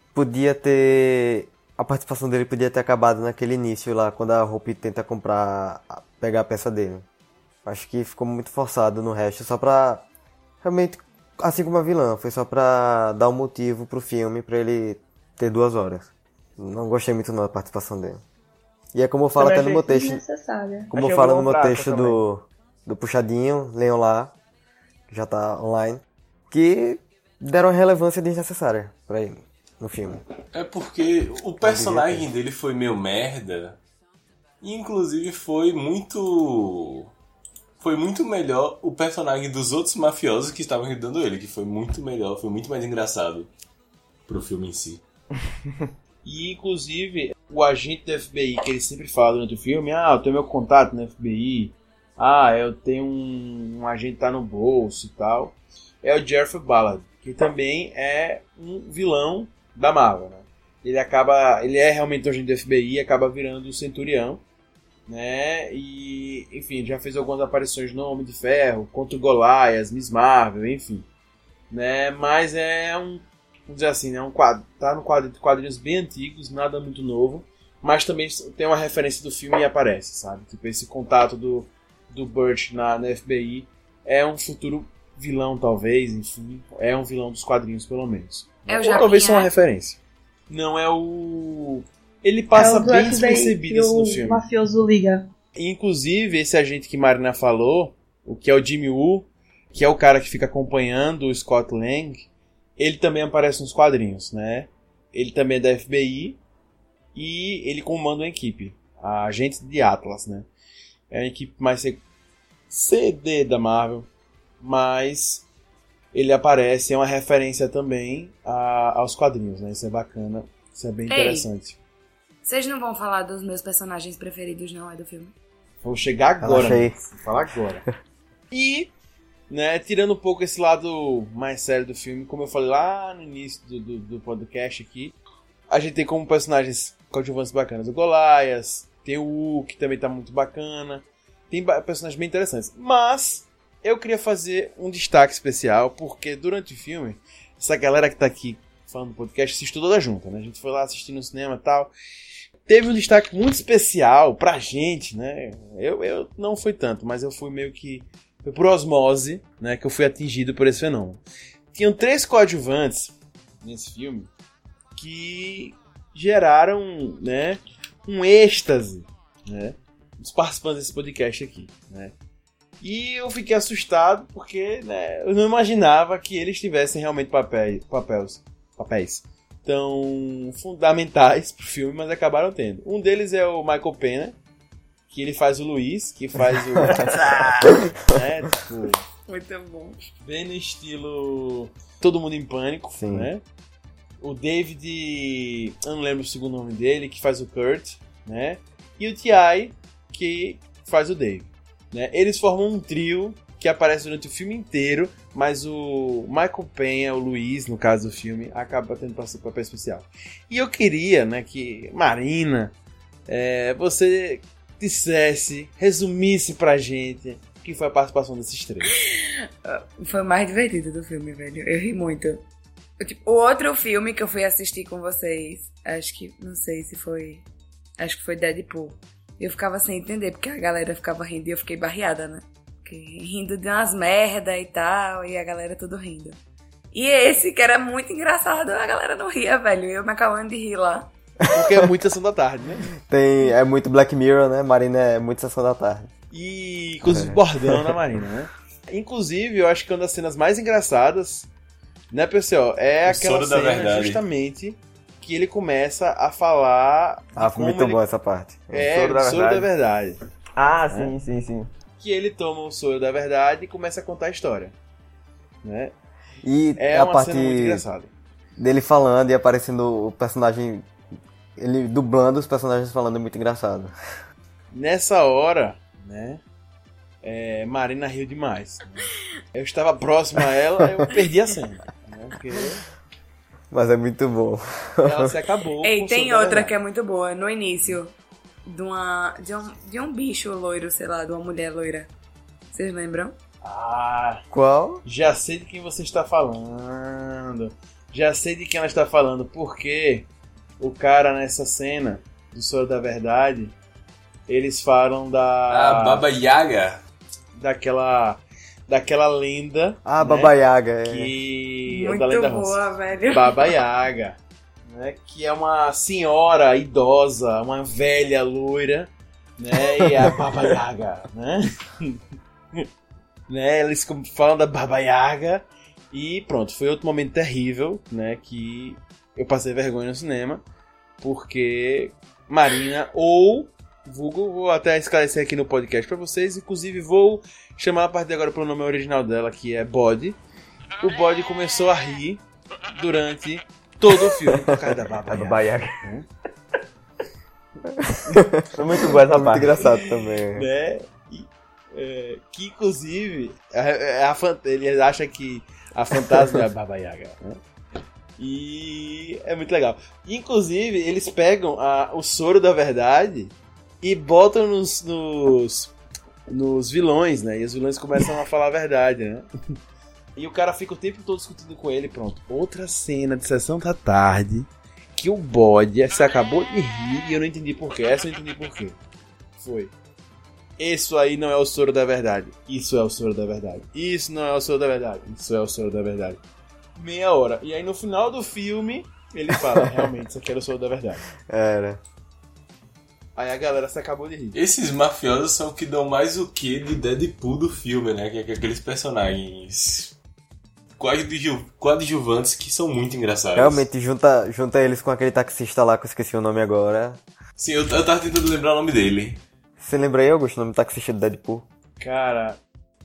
a participação dele podia ter acabado naquele início lá, quando a Hope tenta pegar a peça dele. Acho que ficou muito forçado no resto, só pra realmente, assim como a vilã, foi só pra dar um motivo pro filme, pra ele ter 2 horas. Não gostei muito da participação dele. E é como eu falo até no meu texto. Como eu falo no meu texto do Puxadinho, leiam lá, que já tá online, que deram uma relevância desnecessária pra ele no filme. É porque o personagem dele foi meio merda, e inclusive foi muito melhor o personagem dos outros mafiosos que estavam ajudando ele, que foi muito melhor, foi muito mais engraçado pro filme em si. E inclusive o agente do FBI que ele sempre fala durante o filme, eu tenho meu contato no FBI, eu tenho um agente que tá no bolso e tal, é o Jeffrey Ballard, que também é um vilão da Marvel, né? Ele é realmente um agente do FBI e acaba virando o Centurião, né? E, enfim, já fez algumas aparições no Homem de Ferro, contra o Goliath, Miss Marvel, enfim, né? Mas é vamos dizer assim, né? Um quadro, tá no quadrinhos bem antigos, nada muito novo, mas também tem uma referência do filme e aparece, sabe? Tipo, esse contato do Burt na FBI é um futuro vilão, talvez, enfim, é um vilão dos quadrinhos, pelo menos. Ou talvez seja uma referência. Não é o... Ele passa bem despercebido assim, no filme. O mafioso liga. Inclusive, esse agente que Marina falou, o que é o Jimmy Woo, que é o cara que fica acompanhando o Scott Lang, ele também aparece nos quadrinhos, né? Ele também é da FBI e ele comanda uma equipe, a Agente de Atlas, né? É a equipe mais CD da Marvel, mas ele aparece, é uma referência também aos quadrinhos, né? Isso é bacana, isso é bem interessante. Vocês não vão falar dos meus personagens preferidos, não, do filme? Vou chegar agora, né? Vou falar agora. E, né, tirando um pouco esse lado mais sério do filme, como eu falei lá no início do podcast aqui, a gente tem como personagens coadjuvantes bacanas o Goliath, tem o Wu, que também tá muito bacana, tem personagens bem interessantes. Mas eu queria fazer um destaque especial, porque durante o filme, essa galera que tá aqui falando do podcast assistiu toda junta, né? A gente foi lá assistir no cinema e tal. Teve um destaque muito especial pra gente, né? Eu não fui tanto, mas eu fui meio que... Foi por osmose, né? Que eu fui atingido por esse fenômeno. Tinham 3 coadjuvantes nesse filme que geraram, né, um êxtase, né? Dos participantes desse podcast aqui, né? E eu fiquei assustado porque, né, eu não imaginava que eles tivessem realmente papéis tão fundamentais pro filme, mas acabaram tendo. Um deles é o Michael Pena, que ele faz o Luiz, que faz o... né, tipo, muito bom. Bem no estilo Todo Mundo em Pânico, sim, né? O David, eu não lembro o segundo nome dele, que faz o Kurt, né? E o T.I., que faz o Dave, né? Eles formam um trio que aparece durante o filme inteiro, mas o Michael Penha, o Luiz, no caso do filme, acaba tendo papel especial. E eu queria, né, que Marina, você resumisse pra gente o que foi a participação desses 3. Foi o mais divertido do filme, velho. Eu ri muito. O outro filme que eu fui assistir com vocês, acho que foi Deadpool. Eu ficava sem entender, porque a galera ficava rindo e eu fiquei barreada, né? Rindo de umas merda e tal, e a galera tudo rindo. E esse, que era muito engraçado, a galera não ria, velho. Eu me acabando de rir lá. Porque é muito Sessão da Tarde, né? É muito Black Mirror, né? Marina é muito Sessão da Tarde. E, inclusive, bordão na Marina, né? Inclusive, eu acho que uma das cenas mais engraçdas, né, pessoal? É aquela cena justamente que ele começa a falar... foi muito bom essa parte. O soro da verdade. Ah, sim. Que ele toma o soro da verdade e começa a contar a história, né? E é a uma parte cena muito engraçada dele falando e aparecendo o personagem, ele dublando os personagens falando, é muito engraçado. Nessa hora, né, Marina riu demais, né? Eu estava próximo a ela, eu perdi a cena, né? Porque... Mas é muito bom. Ela se acabou. Ei, tem outra que é muito boa, no início, de um bicho loiro, sei lá, de uma mulher loira. Vocês lembram? Qual? Já sei de quem você está falando. Já sei de quem ela está falando, porque o cara nessa cena do Soro da Verdade, eles falam da... Baba Yaga? Daquela lenda... né, Baba Yaga, que muito da lenda boa, velho. Baba Yaga, né, que é uma senhora idosa, uma velha loira, né, e é a Baba Yaga, né? Né, eles falam da Baba Yaga e pronto, foi outro momento terrível, né, que eu passei vergonha no cinema, porque Marina ou vulgo, vou até esclarecer aqui no podcast pra vocês, inclusive vou chamar a partir de agora pelo nome original dela, que é Bode. O Bode começou a rir durante todo o filme por causa da Baba Yaga. Foi muito boa essa parte. Muito engraçado também. Né? Que inclusive ele acha que a fantasma é a Baba Yaga, né? E é muito legal. Inclusive eles pegam o soro da verdade e botam nos vilões, né? E os vilões começam a falar a verdade, né? E o cara fica o tempo todo discutindo com ele, pronto. Outra cena de Sessão da Tarde que o bode se acabou de rir e eu não entendi porquê. Essa eu entendi porquê. Foi. Isso aí não é o soro da verdade. Isso é o soro da verdade. Isso não é o soro da verdade. Isso é o soro da verdade. Meia hora. E aí no final do filme, ele fala, realmente, isso aqui era o soro da verdade. Era. Aí a galera se acabou de rir. Esses mafiosos são o que dão mais o quê de Deadpool do filme, né? Que é aqueles personagens coadjuvantes que são muito engraçados. Realmente, junta eles com aquele taxista lá, que eu esqueci o nome agora. Sim, eu tava tentando lembrar o nome dele. Você lembra aí, Augusto, o nome do taxista do Deadpool? Cara,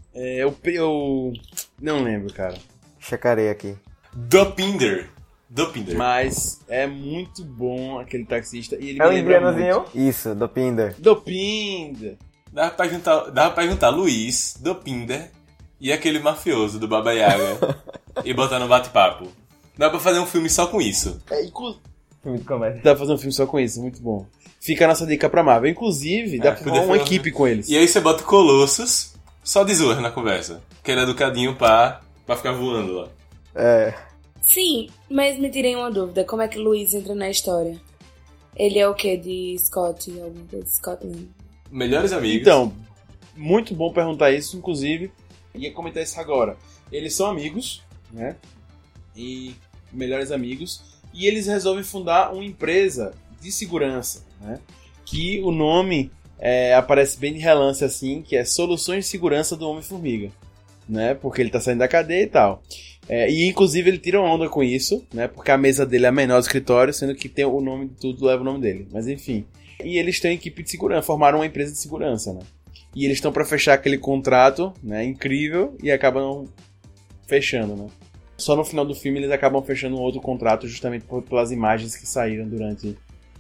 eu não lembro, cara. Checarei aqui. Dopinder. Mas é muito bom aquele taxista. E ele É me o lembra indianozinho? muito. Isso, Dopinder. Dopinder. Dava pra juntar Luiz, Dopinder e aquele mafioso do Baba Yaga e botar no bate-papo. Dá pra fazer um filme só com isso. Filme de comédia. Dá pra fazer um filme só com isso, muito bom. Fica a nossa dica pra Marvel. Inclusive, dá pra formar uma equipe com eles. E aí você bota o Colossus só de zoar na conversa. Que ele é educadinho pra ficar voando lá. É. Sim, mas me tirei uma dúvida. Como é que Luiz entra na história? Ele é o quê? De Scott? Alguma coisa de Scotland? Melhores amigos. Então, muito bom perguntar isso, inclusive. Ia comentar isso agora. Eles são amigos, né? E melhores amigos. E eles resolvem fundar uma empresa de segurança, né? Que o nome aparece bem de relance assim, que é Soluções de Segurança do Homem-Formiga, né? Porque ele tá saindo da cadeia e tal. E inclusive ele tira onda com isso, né? Porque a mesa dele é a menor do escritório, sendo que tem o nome de tudo, leva o nome dele. Mas enfim. E eles têm uma equipe de segurança, formaram uma empresa de segurança, né? E eles estão para fechar aquele contrato, né? Incrível, e acabam fechando, né? Só no final do filme eles acabam fechando um outro contrato justamente pelas imagens que saíram durante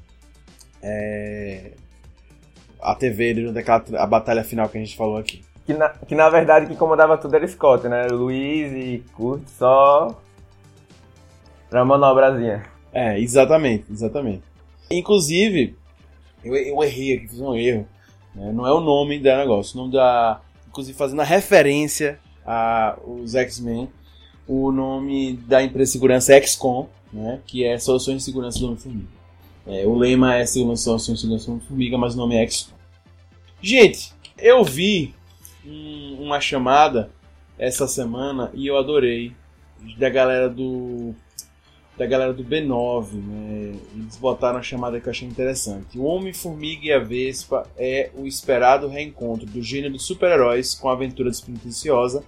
a TV, durante a batalha final que a gente falou aqui. Que na verdade quem comandava tudo era Scott, né? Luiz e Kurt só na manobrazinha. Exatamente. Inclusive, eu errei aqui, fiz um erro. Né? Não é o nome do negócio. O nome inclusive fazendo a referência aos X-Men, o nome da empresa de segurança é XCOM, né? Que é Soluções de Segurança do Homem-Formiga. O lema é Soluções de Segurança do Homem-Formiga, mas o nome é XCOM. Gente, eu vi uma chamada essa semana e eu adorei, da galera do B9, né? Eles botaram a chamada que eu achei interessante. O Homem-Formiga e a Vespa é o esperado reencontro do gênero dos super-heróis com a aventura despretensiosa,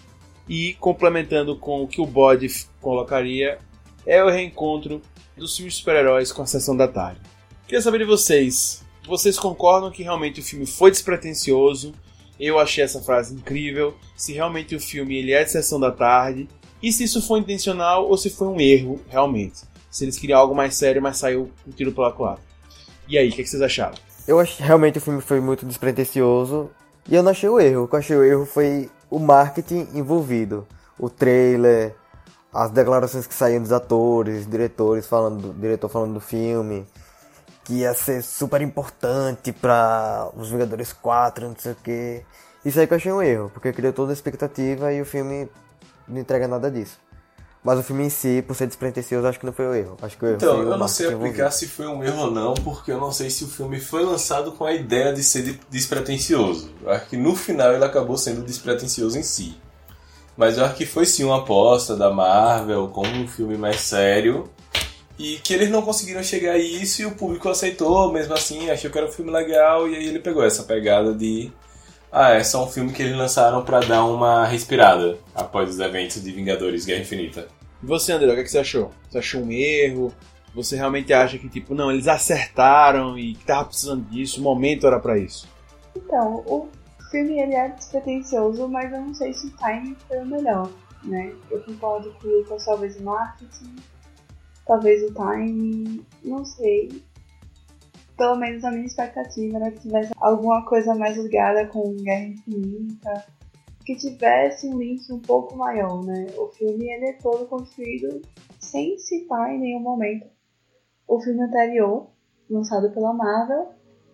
e complementando com o que o Bode colocaria, é o reencontro dos filmes de super-heróis com a Sessão da Tarde. Queria saber de vocês concordam que realmente o filme foi despretensioso? Eu achei essa frase incrível. Se realmente o filme ele é de Sessão da Tarde, e se isso foi intencional ou se foi um erro realmente. Se eles queriam algo mais sério, mas saiu um tiro pela culatra. E aí, o que vocês acharam? Eu acho que realmente o filme foi muito despretensioso e eu não achei o erro. O que eu achei o erro foi o marketing envolvido. O trailer, as declarações que saíam dos atores, diretor falando do filme, que ia ser super importante para os Vingadores 4, não sei o que. Isso aí que eu achei um erro, porque criou toda a expectativa e o filme não entrega nada disso. Mas o filme em si, por ser despretensioso, acho que não foi o erro. Acho que o erro então, foi eu não sei aplicar se foi um erro ou não, porque eu não sei se o filme foi lançado com a ideia de ser despretensioso. Eu acho que no final ele acabou sendo despretensioso em si. Mas eu acho que foi sim uma aposta da Marvel como um filme mais sério, e que eles não conseguiram chegar a isso e o público aceitou, mesmo assim, achou que era um filme legal, e aí ele pegou essa pegada de é só um filme que eles lançaram pra dar uma respirada após os eventos de Vingadores Guerra Infinita. E você, André, o que você achou? Você achou um erro? Você realmente acha que, tipo, não, eles acertaram e que tava precisando disso, o momento era pra isso? Então, o filme ele é despretensioso, mas eu não sei se o timing foi o melhor, né? Eu concordo com o Lucas, talvez o marketing, talvez o timing, não sei. Pelo menos a minha expectativa era que tivesse alguma coisa mais ligada com Guerra Infinita, que tivesse um link um pouco maior, né? O filme ele é todo construído sem citar em nenhum momento o filme anterior, lançado pela Marvel,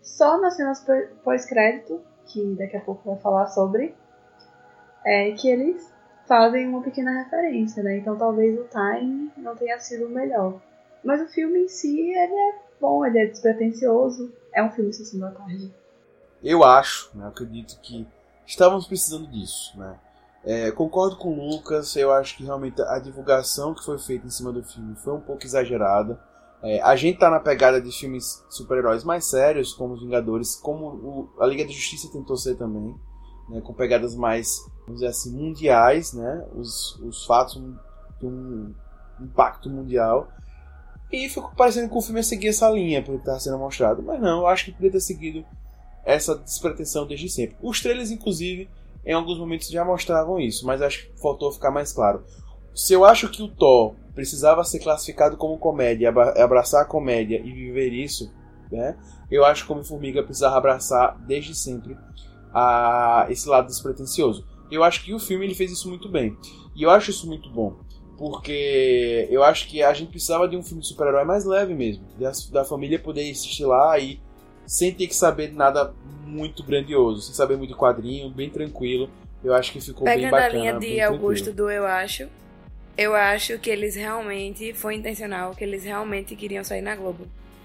só nas cenas pós-crédito, que daqui a pouco vai falar sobre, que eles fazem uma pequena referência, né? Então talvez o time não tenha sido o melhor. Mas o filme em si, ele é bom, ele é despretensioso. É um filme Sessão da Tarde. Eu acho, né, acredito que estávamos precisando disso, né? Concordo com o Lucas, eu acho que realmente a divulgação que foi feita em cima do filme foi um pouco exagerada. A gente tá na pegada de filmes super-heróis mais sérios, como os Vingadores, como a Liga da Justiça tentou ser também, né, com pegadas mais, vamos dizer assim, mundiais, né? Os fatos têm um impacto mundial. E ficou parecendo que o filme ia seguir essa linha, pelo que estava sendo mostrado. Mas não, eu acho que poderia ter seguido essa despretensão desde sempre. Os trailers, inclusive, em alguns momentos já mostravam isso, mas acho que faltou ficar mais claro. Se eu acho que o Thor precisava ser classificado como comédia, abraçar a comédia e viver isso, né, eu acho que o Homem-Formiga precisava abraçar desde sempre esse lado despretensioso. Eu acho que o filme ele fez isso muito bem. E eu acho isso muito bom. Porque eu acho que a gente precisava de um filme de super-herói mais leve mesmo. Da família poder assistir lá e sem ter que saber de nada muito grandioso. Sem saber muito de quadrinho, bem tranquilo. Eu acho que ficou bem bacana. Pegando a linha de Augusto do Eu acho que eles realmente, foi intencional, que eles realmente queriam sair na Globo.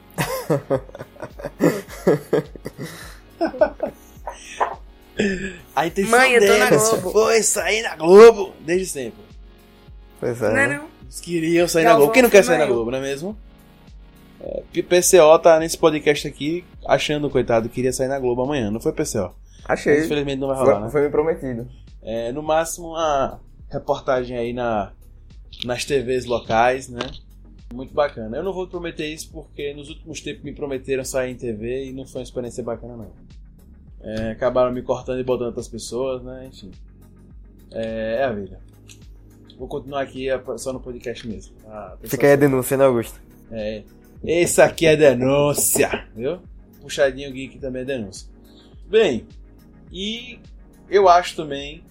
A intenção deles foi sair na Globo desde sempre. Pois é. Não. Eles queriam sair na Globo. Quem não quer sair na Globo, não é mesmo? PCO tá nesse podcast aqui achando, coitado, que queria sair na Globo amanhã. Não foi PCO? Achei. Mas, infelizmente não vai rolar, né? Foi me prometido. No máximo uma reportagem aí nas TVs locais, né? Muito bacana. Eu não vou prometer isso porque nos últimos tempos me prometeram sair em TV e não foi uma experiência bacana, não. Acabaram me cortando e botando outras pessoas, né? Enfim. É a vida. Vou continuar aqui só no podcast mesmo. Fica aí a denúncia, né, Augusto? Esse aqui é denúncia, viu? Puxadinho Geek também é denúncia. Bem, e eu acho também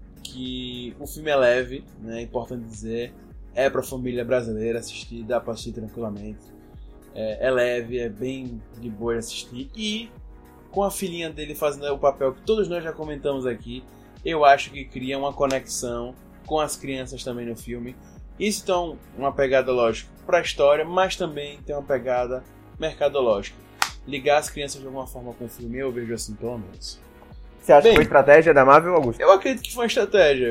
que o filme é leve, né? É importante dizer. É pra família brasileira assistir, dá pra assistir tranquilamente. É leve, é bem de boa de assistir. E com a filhinha dele fazendo o papel que todos nós já comentamos aqui, eu acho que cria uma conexão com as crianças também no filme. Isso então uma pegada lógica para a história, mas também tem uma pegada mercadológica. Ligar as crianças de alguma forma com o filme, eu vejo assim pelo menos. Você acha que foi estratégia da Marvel, Augusto? Eu acredito que foi uma estratégia.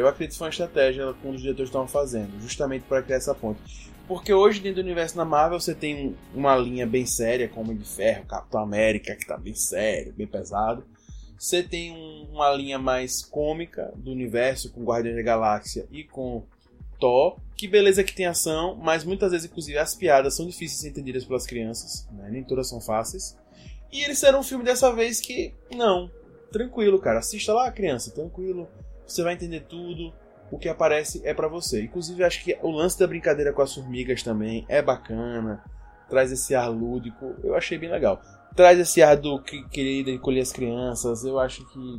Que os diretores estavam fazendo, justamente para criar essa ponte. Porque hoje dentro do universo da Marvel você tem uma linha bem séria, como Homem de Ferro, Capitão América, que tá bem sério, bem pesado. Você tem uma linha mais cômica do universo, com Guardiões da Galáxia e com Thor. Que beleza que tem ação, mas muitas vezes, inclusive, as piadas são difíceis de ser entendidas pelas crianças, né? Nem todas são fáceis. E eles fizeram um filme dessa vez que, não, tranquilo, cara. Assista lá, criança, tranquilo. Você vai entender tudo. O que aparece é pra você. Inclusive, acho que o lance da brincadeira com as formigas também é bacana. Traz esse ar lúdico. Eu achei bem legal. Traz esse ar do querer encolher as crianças. Eu acho que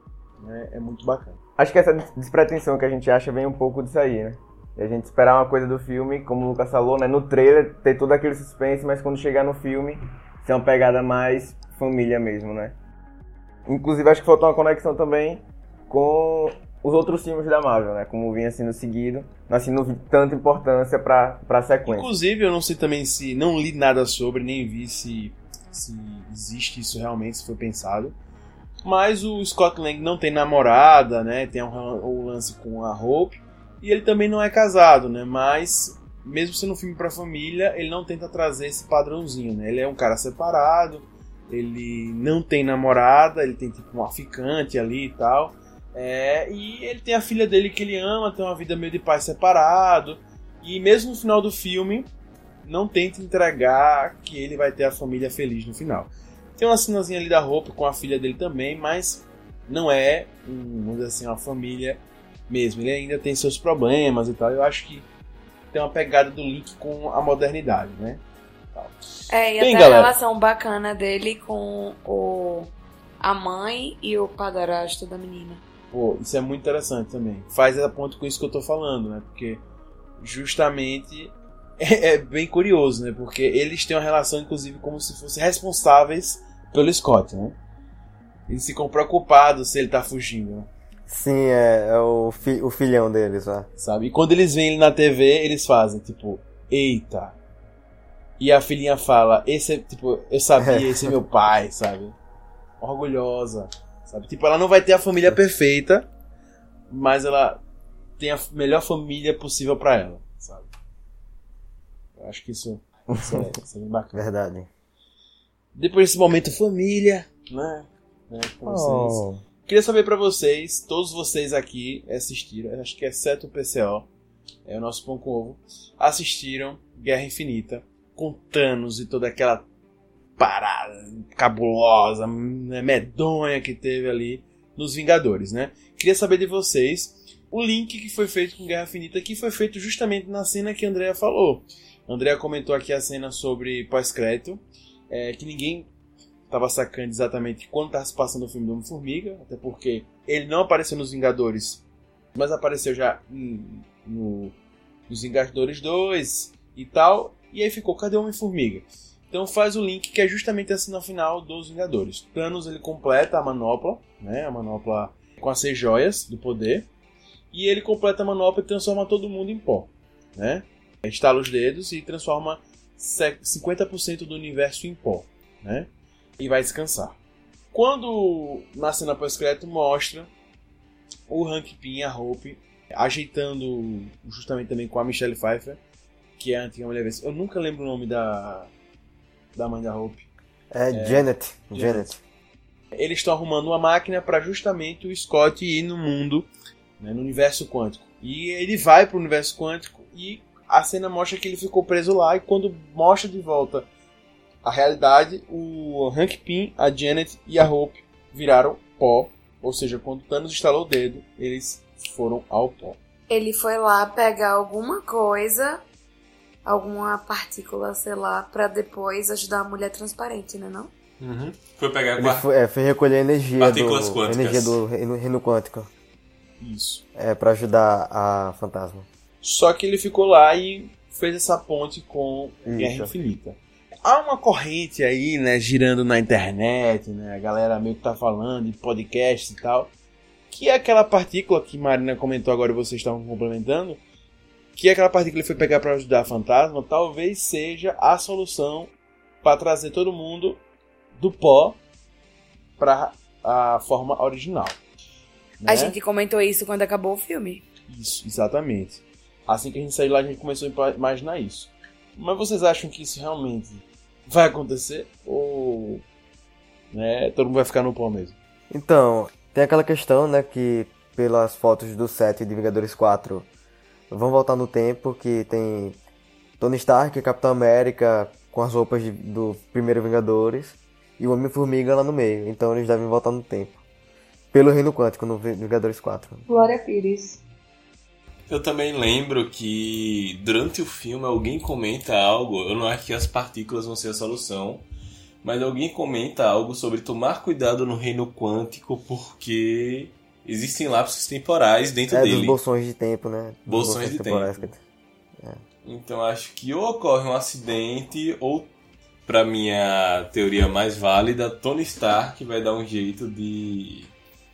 é muito bacana. Acho que essa despretensão que a gente acha vem um pouco disso aí, né? E a gente esperar uma coisa do filme, como o Lucas falou, né? No trailer ter todo aquele suspense, mas quando chegar no filme, ser uma pegada mais família mesmo, né? Inclusive, acho que faltou uma conexão também com os outros filmes da Marvel, né? Como vinha sendo seguido, assim, não vi tanta importância pra sequência. Inclusive, eu não sei também se... Não li nada sobre, nem vi se existe isso realmente, se foi pensado. Mas o Scott Lang não tem namorada, né? Tem um lance com a Hope. E ele também não é casado, né? Mas, mesmo sendo um filme pra família, ele não tenta trazer esse padrãozinho, né? Ele é um cara separado, ele não tem namorada, ele tem tipo uma ficante ali e tal. E ele tem a filha dele que ele ama, tem uma vida meio de pai separado. E mesmo no final do filme, não tenta entregar que ele vai ter a família feliz no final. Tem uma cenazinha ali da Hope com a filha dele também, mas não é, vamos dizer assim, uma família mesmo. Ele ainda tem seus problemas e tal. Eu acho que tem uma pegada do Link com a modernidade, né? E até a relação bacana dele com a mãe e o padrasto da menina. Pô, isso é muito interessante também. Faz a ponto com isso que eu tô falando, né? Porque justamente é bem curioso, né? Porque eles têm uma relação, inclusive, como se fossem responsáveis pelo Scott, né? Eles ficam preocupados se ele tá fugindo, né? Sim, é o filhão deles, ó. Sabe? E quando eles veem ele na TV, eles fazem, tipo, eita. E a filhinha fala, esse é, tipo, eu sabia, esse é meu pai, sabe? Orgulhosa, sabe? Tipo, ela não vai ter a família perfeita, mas ela tem a melhor família possível pra ela, sabe? Eu acho que isso é bem bacana. Verdade. Depois desse momento família, né? Com vocês. Queria saber pra vocês, todos vocês aqui assistiram, acho que exceto o PCO, é o nosso pão com ovo, assistiram Guerra Infinita, com Thanos e toda aquela parada cabulosa, né, medonha que teve ali nos Vingadores, né? Queria saber de vocês o link que foi feito com Guerra Infinita, que foi feito justamente na cena que a Andrea falou. A Andrea comentou aqui a cena sobre pós-crédito, que ninguém estava sacando exatamente quando estava se passando o filme do Homem-Formiga, até porque ele não apareceu nos Vingadores, mas apareceu já nos Vingadores 2 e tal, e aí ficou, cadê o Homem-Formiga? Então faz o link que é justamente a cena final dos Vingadores. Thanos, ele completa a manopla, né, a manopla com as 6 joias do poder, e ele completa a manopla e transforma todo mundo em pó, né? Estala os dedos e transforma 50% do universo em pó, né? E vai descansar. Quando na cena pós-crédito mostra o Hank Pym e a Hope ajeitando justamente também com a Michelle Pfeiffer, que é a antiga mulher. Eu nunca lembro o nome da mãe da Hope. Janet. Eles estão arrumando uma máquina para justamente o Scott ir no mundo, né, no universo quântico. E ele vai para o universo quântico e a cena mostra que ele ficou preso lá, e quando mostra de volta a realidade, o Hank Pym, a Janet e a Hope viraram pó. Ou seja, quando Thanos estalou o dedo, eles foram ao pó. Ele foi lá pegar alguma coisa, alguma partícula, sei lá, pra depois ajudar a mulher transparente, né não? Uhum. Foi pegar foi recolher a energia partículas quânticas. Energia do reino quântico. Isso. Pra ajudar a Fantasma. Só que ele ficou lá e fez essa ponte com Guerra Infinita. Há uma corrente aí, né, girando na internet, né, a galera meio que tá falando de podcast e tal, que é aquela partícula que Marina comentou agora e vocês estavam complementando, que é aquela partícula que foi pegar para ajudar a Fantasma, talvez seja a solução para trazer todo mundo do pó para a forma original. Né? A gente comentou isso quando acabou o filme. Isso, exatamente. Assim que a gente saiu lá, a gente começou a imaginar isso. Mas vocês acham que isso realmente vai acontecer? Ou, né, todo mundo vai ficar no pó mesmo? Então, tem aquela questão, né, que pelas fotos do set de Vingadores 4 vão voltar no tempo, que tem Tony Stark, Capitão América com as roupas do primeiro Vingadores e o Homem-Formiga lá no meio. Então eles devem voltar no tempo. Pelo Reino Quântico no Vingadores 4. Glória Pires. Eu também lembro que durante o filme alguém comenta algo, eu não acho que as partículas vão ser a solução, mas alguém comenta algo sobre tomar cuidado no reino quântico porque existem lapsos temporais dentro dele. Dos bolsões de tempo, né? Bolsões de tempo. Então acho que ou ocorre um acidente ou, pra minha teoria mais válida, Tony Stark vai dar um jeito de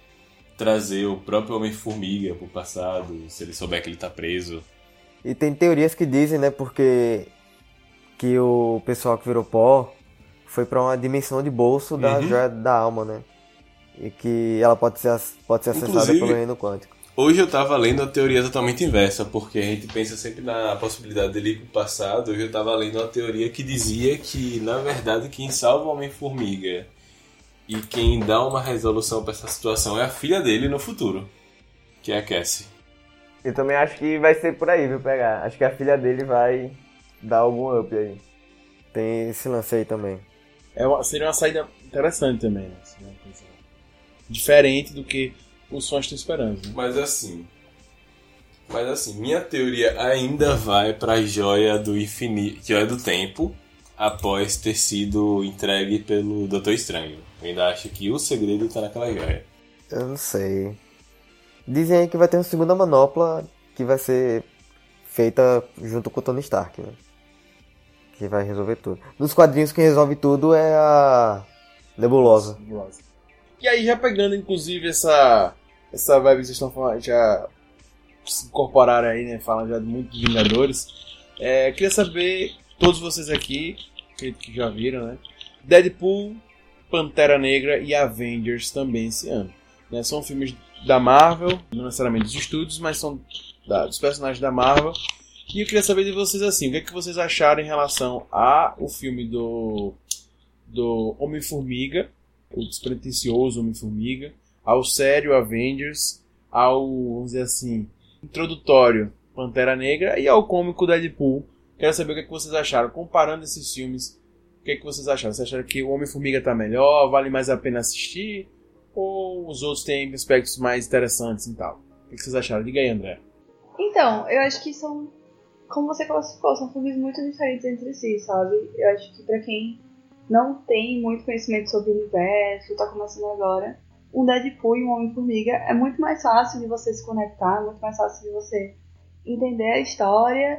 trazer o próprio Homem-Formiga pro passado, se ele souber que ele tá preso. E tem teorias que dizem, né, porque que o pessoal que virou pó foi pra uma dimensão de bolso da joia da alma, né? E que ela pode ser acessada Inclusive, pelo reino quântico. Hoje eu tava lendo a teoria totalmente inversa, porque a gente pensa sempre na possibilidade dele ir pro passado. Hoje eu tava lendo uma teoria que dizia que, na verdade, quem salva o Homem-Formiga e quem dá uma resolução pra essa situação é a filha dele no futuro, que é a Cassie. Eu também acho que vai ser por aí, viu, pegar. Acho que a filha dele vai dar algum up aí. Tem esse lance aí também. Seria uma saída interessante também, né? Diferente do que os fãs estão esperando. Né? Mas assim, minha teoria ainda vai pra joia do infinito, joia do tempo, após ter sido entregue pelo Doutor Estranho. Eu ainda acho que o segredo tá naquela joia. Eu não sei. Dizem aí que vai ter uma segunda manopla que vai ser feita junto com o Tony Stark, né? Que vai resolver tudo. Nos quadrinhos quem resolve tudo é a nebulosa. E aí, já pegando, inclusive, essa vibe que vocês estão falando, já se incorporaram aí, né? Falam já de muitos Vingadores. Queria saber, todos vocês aqui, que já viram, né? Deadpool, Pantera Negra e Avengers também esse ano. Né? São filmes da Marvel, não necessariamente dos estúdios, mas são dos personagens da Marvel. E eu queria saber de vocês assim, o que é que vocês acharam em relação ao filme do Homem-Formiga, o despretensioso Homem-Formiga, ao sério Avengers, ao, vamos dizer assim, introdutório Pantera Negra e ao cômico Deadpool. Quero saber o que é que vocês acharam, comparando esses filmes, o que é que vocês acharam? Vocês acharam que o Homem-Formiga tá melhor, vale mais a pena assistir, ou os outros têm aspectos mais interessantes e tal? O que vocês acharam? Diga aí, André. Então, eu acho que são, como você classificou, são filmes muito diferentes entre si, sabe? Eu acho que pra quem não tem muito conhecimento sobre o universo, tá começando agora, um Deadpool e um Homem-Formiga é muito mais fácil de você se conectar, muito mais fácil de você entender a história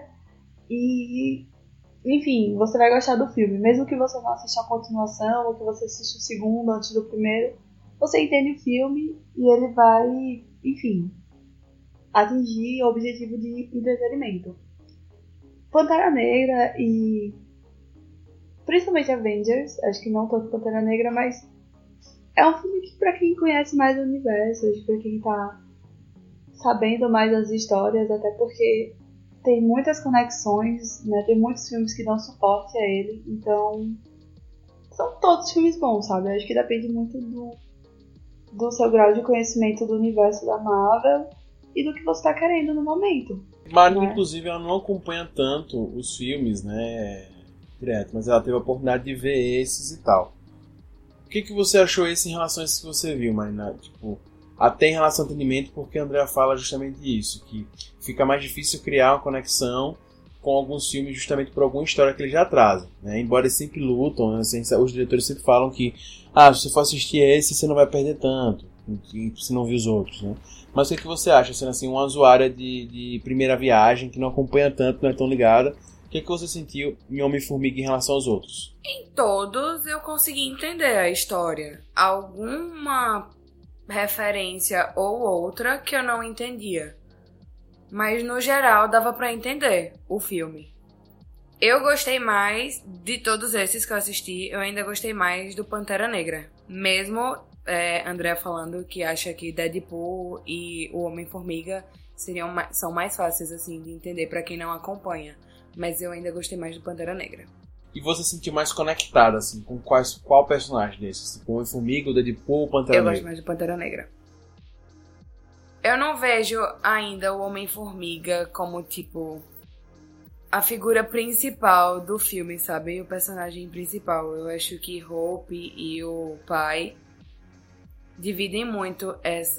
e, enfim, você vai gostar do filme. Mesmo que você não assista a continuação ou que você assista o segundo antes do primeiro, você entende o filme e ele vai, enfim, atingir o objetivo de entretenimento. Pantera Negra e principalmente Avengers, acho que não tanto Pantera Negra, mas é um filme que pra quem conhece mais o universo, acho que pra quem tá sabendo mais das histórias, até porque tem muitas conexões, né? Tem muitos filmes que dão suporte a ele, então são todos filmes bons, sabe? Acho que depende muito do seu grau de conhecimento do universo da Marvel e do que você tá querendo no momento. Mari, né? Inclusive, ela não acompanha tanto os filmes, né, direto, mas ela teve a oportunidade de ver esses e tal. O que você achou esse em relação a esses que você viu, Marina? Tipo, até em relação ao entendimento, porque a Andrea fala justamente isso, que fica mais difícil criar uma conexão com alguns filmes justamente por alguma história que eles já trazem, né? Embora eles sempre lutam, né? Os diretores sempre falam que se você for assistir esse, você não vai perder tanto, se não viu os outros, né? Mas o que você acha, sendo assim, uma usuária de primeira viagem, que não acompanha tanto, não é tão ligada, o que você sentiu em Homem-Formiga em relação aos outros? Em todos eu consegui entender a história. Alguma referência ou outra que eu não entendia. Mas no geral dava pra entender o filme. Eu gostei mais de todos esses que eu assisti, eu ainda gostei mais do Pantera Negra. Mesmo André falando que acha que Deadpool e o Homem-Formiga são mais fáceis assim de entender pra quem não acompanha. Mas eu ainda gostei mais do Pantera Negra. E você se sentiu mais conectada, assim, com qual personagem desses? Com o Homem-Formiga, o Deadpool ou o Pantera Negra? Eu gosto mais do Pantera Negra. Eu não vejo ainda o Homem-Formiga como, tipo, a figura principal do filme, sabe? O personagem principal. Eu acho que Hope e o pai dividem muito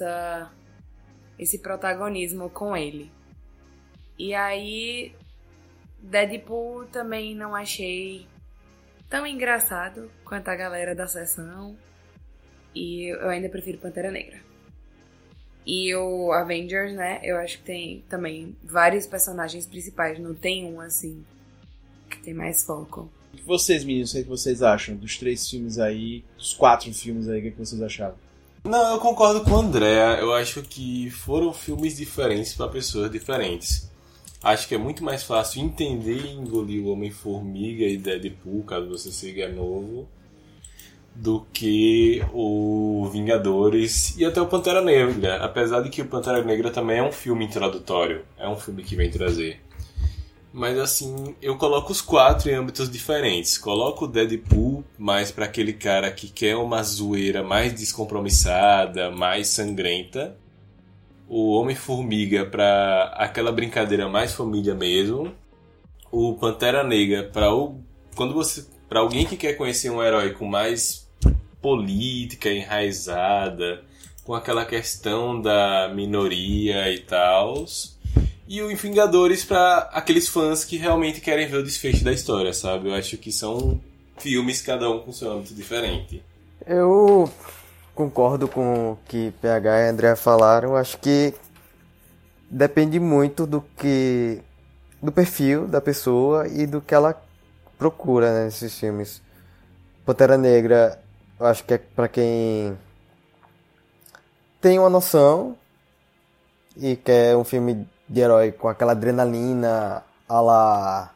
esse protagonismo com ele. E aí, Deadpool também não achei tão engraçado quanto a galera da sessão. E eu ainda prefiro Pantera Negra. E o Avengers, né? Eu acho que tem também vários personagens principais. Não tem um, assim, que tem mais foco. E vocês, meninos, o que vocês acham dos 3 filmes aí, dos 4 filmes aí, o que vocês acharam? Não, eu concordo com o André. Eu acho que foram filmes diferentes para pessoas diferentes. Acho que é muito mais fácil entender e engolir o Homem-Formiga e Deadpool, caso você seja novo, do que o Vingadores e até o Pantera Negra. Apesar de que o Pantera Negra também é um filme introdutório, é um filme que vem trazer. Mas assim, eu coloco os 4 em âmbitos diferentes. Coloco o Deadpool mais para aquele cara que quer uma zoeira mais descompromissada, mais sangrenta. O Homem-Formiga para aquela brincadeira mais família mesmo. O Pantera Negra para alguém que quer conhecer um herói com mais política enraizada, com aquela questão da minoria e tal. E o Vingadores para aqueles fãs que realmente querem ver o desfecho da história, sabe? Eu acho que são filmes, cada um com seu âmbito diferente. Eu concordo com o que PH e André falaram. Acho que depende muito do perfil da pessoa e do que ela procura, né, nesses filmes. Pantera Negra Eu acho que é pra quem tem uma noção e quer um filme de herói com aquela adrenalina a la...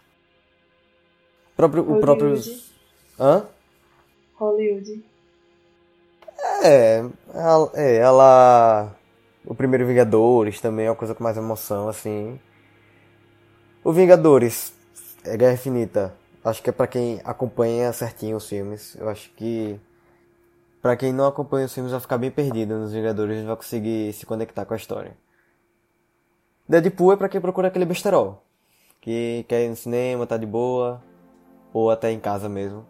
O próprio... Hã? Hollywood. Ela... O primeiro Vingadores também é uma coisa com mais emoção, assim. O Vingadores, Guerra Infinita, acho que é pra quem acompanha certinho os filmes. Eu acho que pra quem não acompanha os filmes vai ficar bem perdido nos Vingadores, não vai conseguir se conectar com a história. Deadpool é pra quem procura aquele besterol, que quer ir no cinema, tá de boa, ou até em casa mesmo.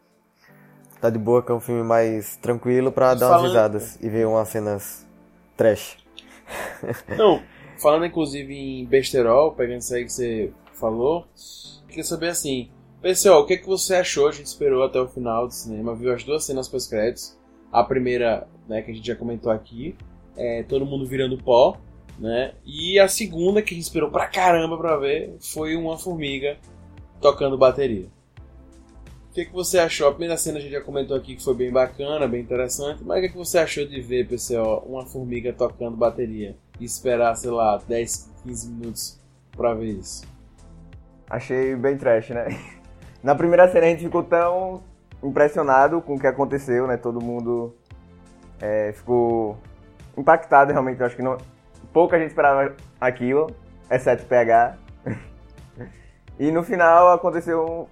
Tá de boa, que é um filme mais tranquilo pra dar umas risadas e ver umas cenas trash. Não, falando inclusive em besterol, pegando isso aí que você falou, queria saber assim, pessoal, o que você achou? A gente esperou até o final do cinema, viu as duas cenas pós-créditos. A primeira, né, que a gente já comentou aqui, todo mundo virando pó, né? E a segunda, que a gente esperou pra caramba pra ver, foi uma formiga tocando bateria. O que você achou? A primeira cena a gente já comentou aqui que foi bem bacana, bem interessante, mas o que você achou de ver, pessoal, uma formiga tocando bateria e esperar, sei lá, 10, 15 minutos pra ver isso? Achei bem trash, né? Na primeira cena a gente ficou tão impressionado com o que aconteceu, né? Todo mundo ficou impactado, realmente. Eu acho que pouca gente esperava aquilo, exceto o PH. E no final aconteceu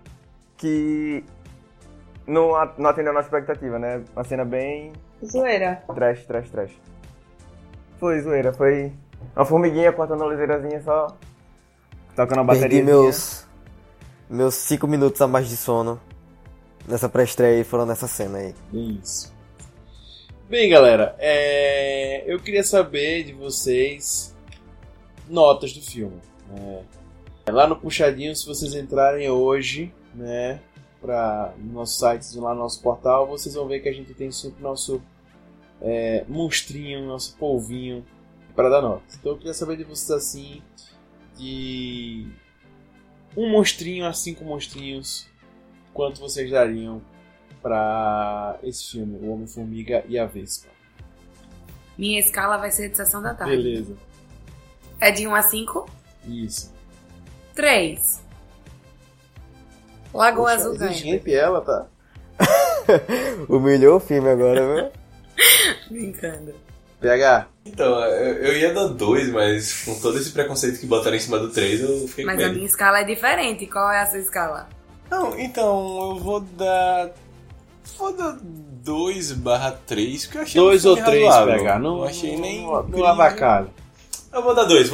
que não atendeu a nossa expectativa, né? Uma cena bem... Zoeira. Trash. Foi zoeira, foi uma formiguinha cortando a liseirazinha só, tocando a bateria. Perdi meus 5 minutos a mais de sono nessa pré-estreia e foram nessa cena aí. Isso. Bem, galera, eu queria saber de vocês notas do filme. Lá no Puxadinho, se vocês entrarem hoje, né, no nosso site, lá no nosso portal, vocês vão ver que a gente tem sempre nosso monstrinho, nosso polvinho para dar nota. Então eu queria saber de vocês assim, de 1 monstrinho a 5 monstrinhos, quanto vocês dariam para esse filme, O Homem-Formiga e a Vespa? Minha escala vai ser de Sessão da Tarde. Beleza. É de 1 a 5? Isso. 3. Lagoa Azul ganha. Exigente ela, tá? Humilhou o filme agora, viu? Brincando. PH? Então, eu ia dar 2, mas com todo esse preconceito que botaram em cima do 3, eu fiquei com Mas medo. a minha escala é diferente. Qual é a sua escala? Não, então, eu vou dar 2/3, porque eu achei 2 ou 3, razoável. PH? Não achei nem... no avacalho. Eu vou dar 2.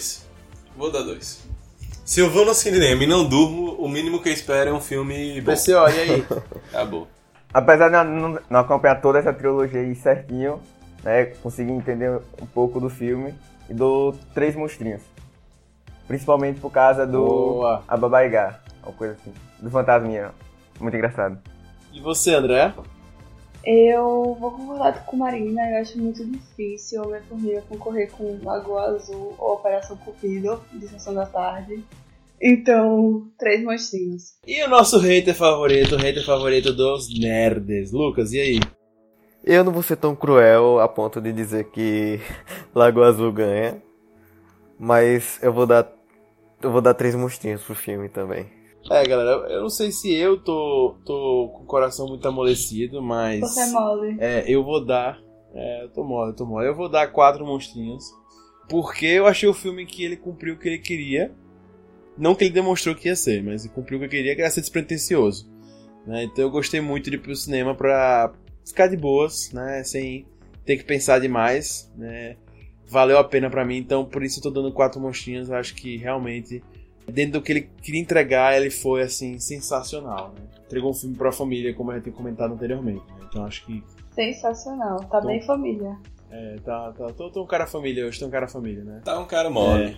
Se eu vou no cinema e não durmo, o mínimo que eu espero é um filme bom. PCO, e aí? Acabou. Apesar de não acompanhar toda essa trilogia aí certinho, né, consegui entender um pouco do filme e dou 3 monstrinhos. Principalmente por causa do Ababaigá, uma coisa assim, do fantasminha. Muito engraçado. E você, André? Eu vou concordar com Marina, eu acho muito difícil Homem-Formiga concorrer com Lagoa Azul ou Operação Cupido, de Sessão da Tarde. Então, 3 monstrinhos. E o nosso hater favorito dos nerds. Lucas, e aí? Eu não vou ser tão cruel a ponto de dizer que Lagoa Azul ganha, mas eu vou dar 3 monstrinhos pro filme também. Galera, eu não sei se eu tô com o coração muito amolecido, mas... Você é mole. Eu vou dar... eu tô mole. Eu vou dar 4 monstrinhos, porque eu achei o filme que ele cumpriu o que ele queria. Não que ele demonstrou que ia ser, mas ele cumpriu o que eu queria, que era ser despretensioso, né? Então eu gostei muito de ir pro cinema pra ficar de boas, né? Sem ter que pensar demais, né? Valeu a pena pra mim, então por isso eu tô dando 4 monstrinhos. Eu acho que realmente, dentro do que ele queria entregar, ele foi assim, sensacional, né? Entregou um filme pra família, como eu já tinha comentado anteriormente, né? Então acho que... Sensacional, tá bem família. Tô um cara família hoje, tô um cara família, né? Tá um cara mole.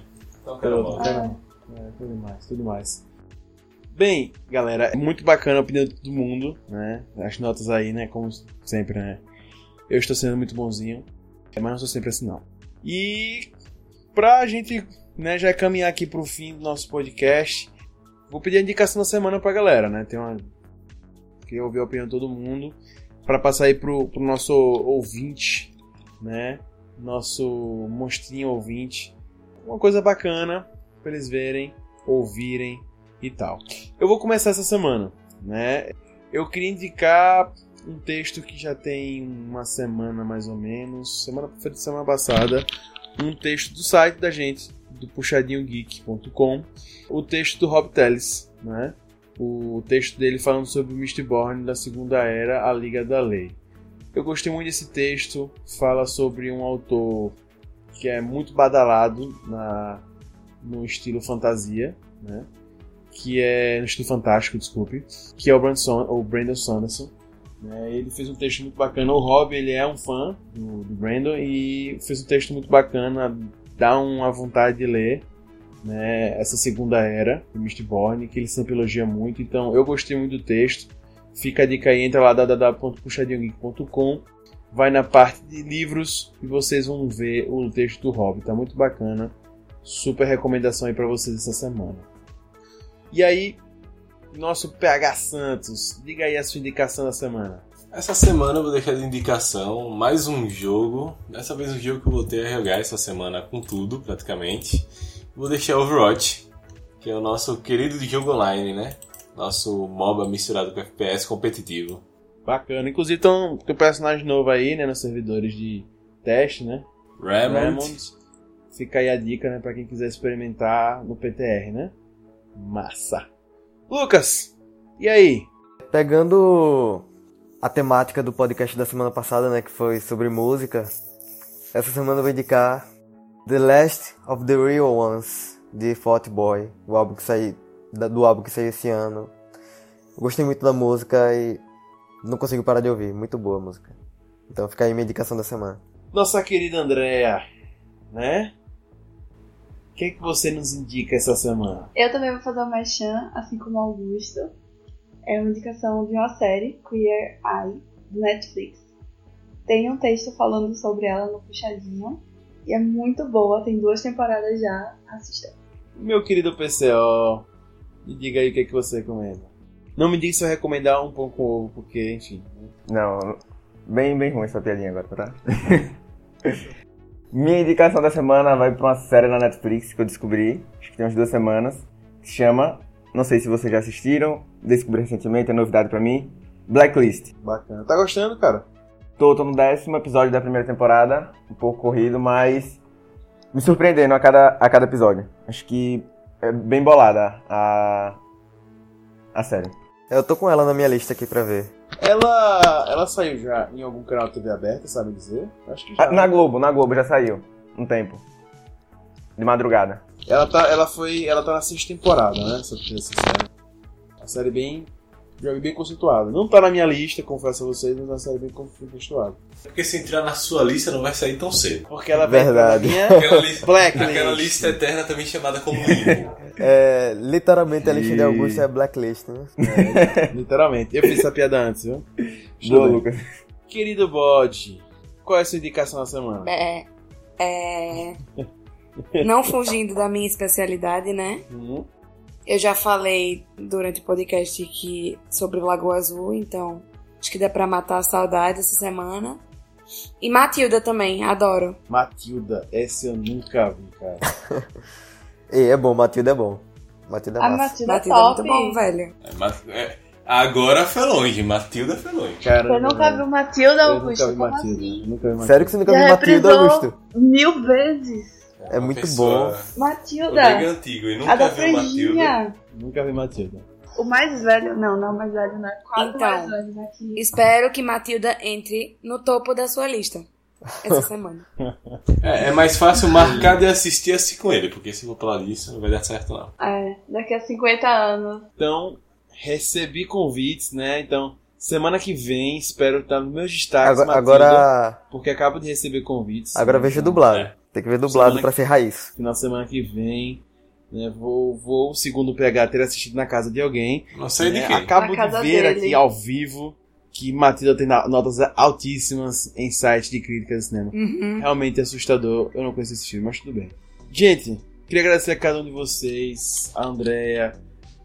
Tudo mais. Bem, galera, é muito bacana a opinião de todo mundo, né? As notas aí, né? Como sempre, né? Eu estou sendo muito bonzinho, mas não sou sempre assim, não. E pra gente, né, já caminhar aqui pro fim do nosso podcast, vou pedir a indicação da semana pra galera, né? Queria ouvir a opinião de todo mundo. para passar aí pro nosso ouvinte, né? Nosso monstrinho ouvinte. Uma coisa bacana para eles verem, ouvirem e tal. Eu vou começar essa semana, né? Eu queria indicar um texto que já tem uma semana mais ou menos, semana passada, um texto do site da gente, do puxadinhogeek.com, o texto do Rob Teles, né? O texto dele falando sobre o Mistborn da Segunda Era, A Liga da Lei. Eu gostei muito desse texto, fala sobre um autor que é muito badalado no estilo fantasia, né? Que é no estilo fantástico, desculpe, que é o Brandon Sanderson. Né? Ele fez um texto muito bacana. O Rob, ele é um fã do Brandon e fez um texto muito bacana, dá uma vontade de ler, né, essa Segunda Era do Mistborn, que ele sempre elogia muito. Então eu gostei muito do texto. Fica a dica aí, entra lá www.puxadinhogeek.com, vai na parte de livros e vocês vão ver o texto do Rob, tá muito bacana. Super recomendação aí pra vocês essa semana. E aí, nosso PH Santos, diga aí a sua indicação da semana. Essa semana eu vou deixar de indicação mais um jogo. Dessa vez um jogo que eu voltei a jogar essa semana com tudo, praticamente. Vou deixar Overwatch, que é o nosso querido jogo online, né? Nosso MOBA misturado com FPS competitivo. Bacana. Inclusive tem um personagem novo aí, né? Nos servidores de teste, né? Raymond. Fica aí a dica, né? Pra quem quiser experimentar no PTR, né? Massa. Lucas, e aí? Pegando a temática do podcast da semana passada, né, que foi sobre música, essa semana eu vou indicar The Last of the Real Ones, de Fall Out Boy, do álbum que saiu esse ano. Eu gostei muito da música e não consigo parar de ouvir, muito boa a música. Então fica aí minha indicação da semana. Nossa querida Andrea, né? O que você nos indica essa semana? Eu também vou fazer uma merchan, assim como o Augusto. É uma indicação de uma série, Queer Eye, do Netflix. Tem um texto falando sobre ela no Puxadinho. E é muito boa, tem 2 temporadas já. Assistam. Meu querido PCO, me diga aí o que você recomenda. Não me diga se eu recomendar um pão com ovo, porque, enfim. Não, bem ruim essa piadinha agora, tá? Minha indicação da semana vai pra uma série na Netflix que eu descobri, acho que tem umas 2 semanas, que se chama, não sei se vocês já assistiram, descobri recentemente, é novidade pra mim, Blacklist. Bacana. Tá gostando, cara? Tô no 10º episódio da primeira temporada, um pouco corrido, mas me surpreendendo a cada episódio. Acho que é bem bolada a série. Eu tô com ela na minha lista aqui pra ver. Ela saiu já em algum canal de TV aberta, sabe dizer? Acho que já. Na Globo já saiu, um tempo. De madrugada. Ela tá na 6ª temporada, né? Essa série. Uma série bem conceituada. Não tá na minha lista, confesso a vocês, mas é uma série bem conceituada. Porque se entrar na sua lista não vai sair tão cedo. Porque ela vai entrar na minha aquela lista eterna também chamada como limbo. Literalmente a lista de Augusto é Blacklist, né? Literalmente. Eu fiz essa piada antes, viu? Boa, Lucas. Querido Bode, qual é a sua indicação da semana? Não fugindo da minha especialidade, né? Eu já falei durante o podcast sobre o Lagoa Azul, então acho que dá pra matar a saudade essa semana. E Matilda também, adoro. Matilda, essa eu nunca vi, cara. É bom, Matilda é bom. Matilda é massa. Matilda é muito bom, velho. Agora foi longe, Matilda foi longe. Cara, você nunca viu Matilda, Augusto? Eu nunca vi Matilda. Sério que você nunca viu Matilda, Augusto? 1000 vezes. É muito bom. Matilda. Antigo e nunca viu Matilda. Nunca vi Matilda. O mais velho, não, mais velho não é quase então, mais velho daqui. Espero que Matilda entre no topo da sua lista essa semana. É mais fácil marcar de assistir assim com ele, porque se for pela lista não vai dar certo não. Daqui a 50 anos. Então, recebi convites, né? Então, semana que vem, espero estar nos meus destaques, Matilda, porque acabo de receber convites. Agora veja dublado. Tem que ver dublado pra ser raiz. Final de semana que vem, né, vou segundo o PH, ter assistido na casa de alguém. Não sei de quem. Acabo de ver dele aqui ao vivo que Matilda tem notas altíssimas em site de críticas de cinema. Realmente assustador. Eu não conheço esse filme, mas tudo bem. Gente, queria agradecer a cada um de vocês, a Andrea,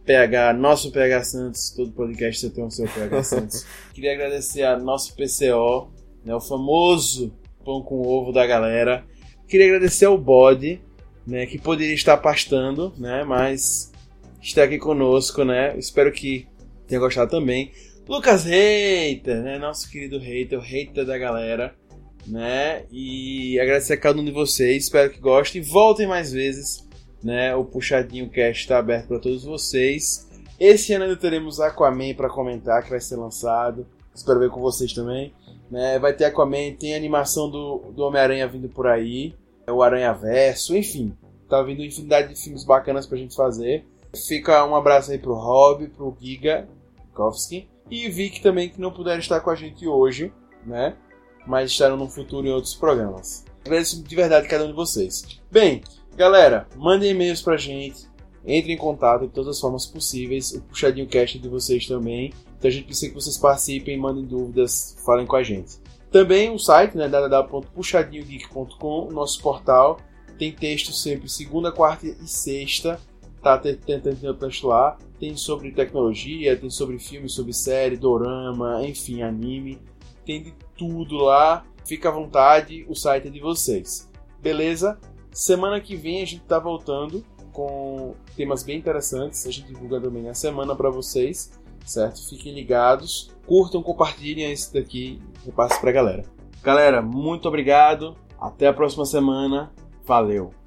PH, nosso PH Santos, todo podcast tem o seu PH Santos. Queria agradecer a nosso PCO, né, o famoso pão com ovo da galera. Queria agradecer ao Bode, né, que poderia estar pastando, né, mas está aqui conosco, né. Espero que tenha gostado também. Lucas Hater, né, nosso querido hater, o hater da galera, né, e agradecer a cada um de vocês. Espero que gostem. Voltem mais vezes. Né, o Puxadinho Cast está aberto para todos vocês. Esse ano ainda teremos Aquaman para comentar, que vai ser lançado. Espero ver com vocês também. Né, vai ter Aquaman, tem a animação do Homem-Aranha vindo por aí, o Aranhaverso, enfim. Tá vindo infinidade de filmes bacanas pra gente fazer. Fica um abraço aí pro Rob, pro Giga Kowski e Vic também, que não puderam estar com a gente hoje, né? Mas estarão no futuro em outros programas. Agradeço de verdade cada um de vocês. Bem, galera, mandem e-mails pra gente, entrem em contato de todas as formas possíveis, o Puxadinho Cast é de vocês também, então a gente precisa que vocês participem, mandem dúvidas, falem com a gente. Também o site, né, www.puxadinhogeek.com, nosso portal, tem texto sempre segunda, quarta e sexta, tá tentando texto lá, tem sobre tecnologia, tem sobre filme, sobre série, dorama, enfim, anime, tem de tudo lá, fica à vontade, o site é de vocês, beleza? Semana que vem a gente tá voltando com temas bem interessantes. A gente divulga também a semana para vocês, certo? Fiquem ligados, curtam, compartilhem esse daqui e repassem pra galera. Galera, muito obrigado. Até a próxima semana. Valeu!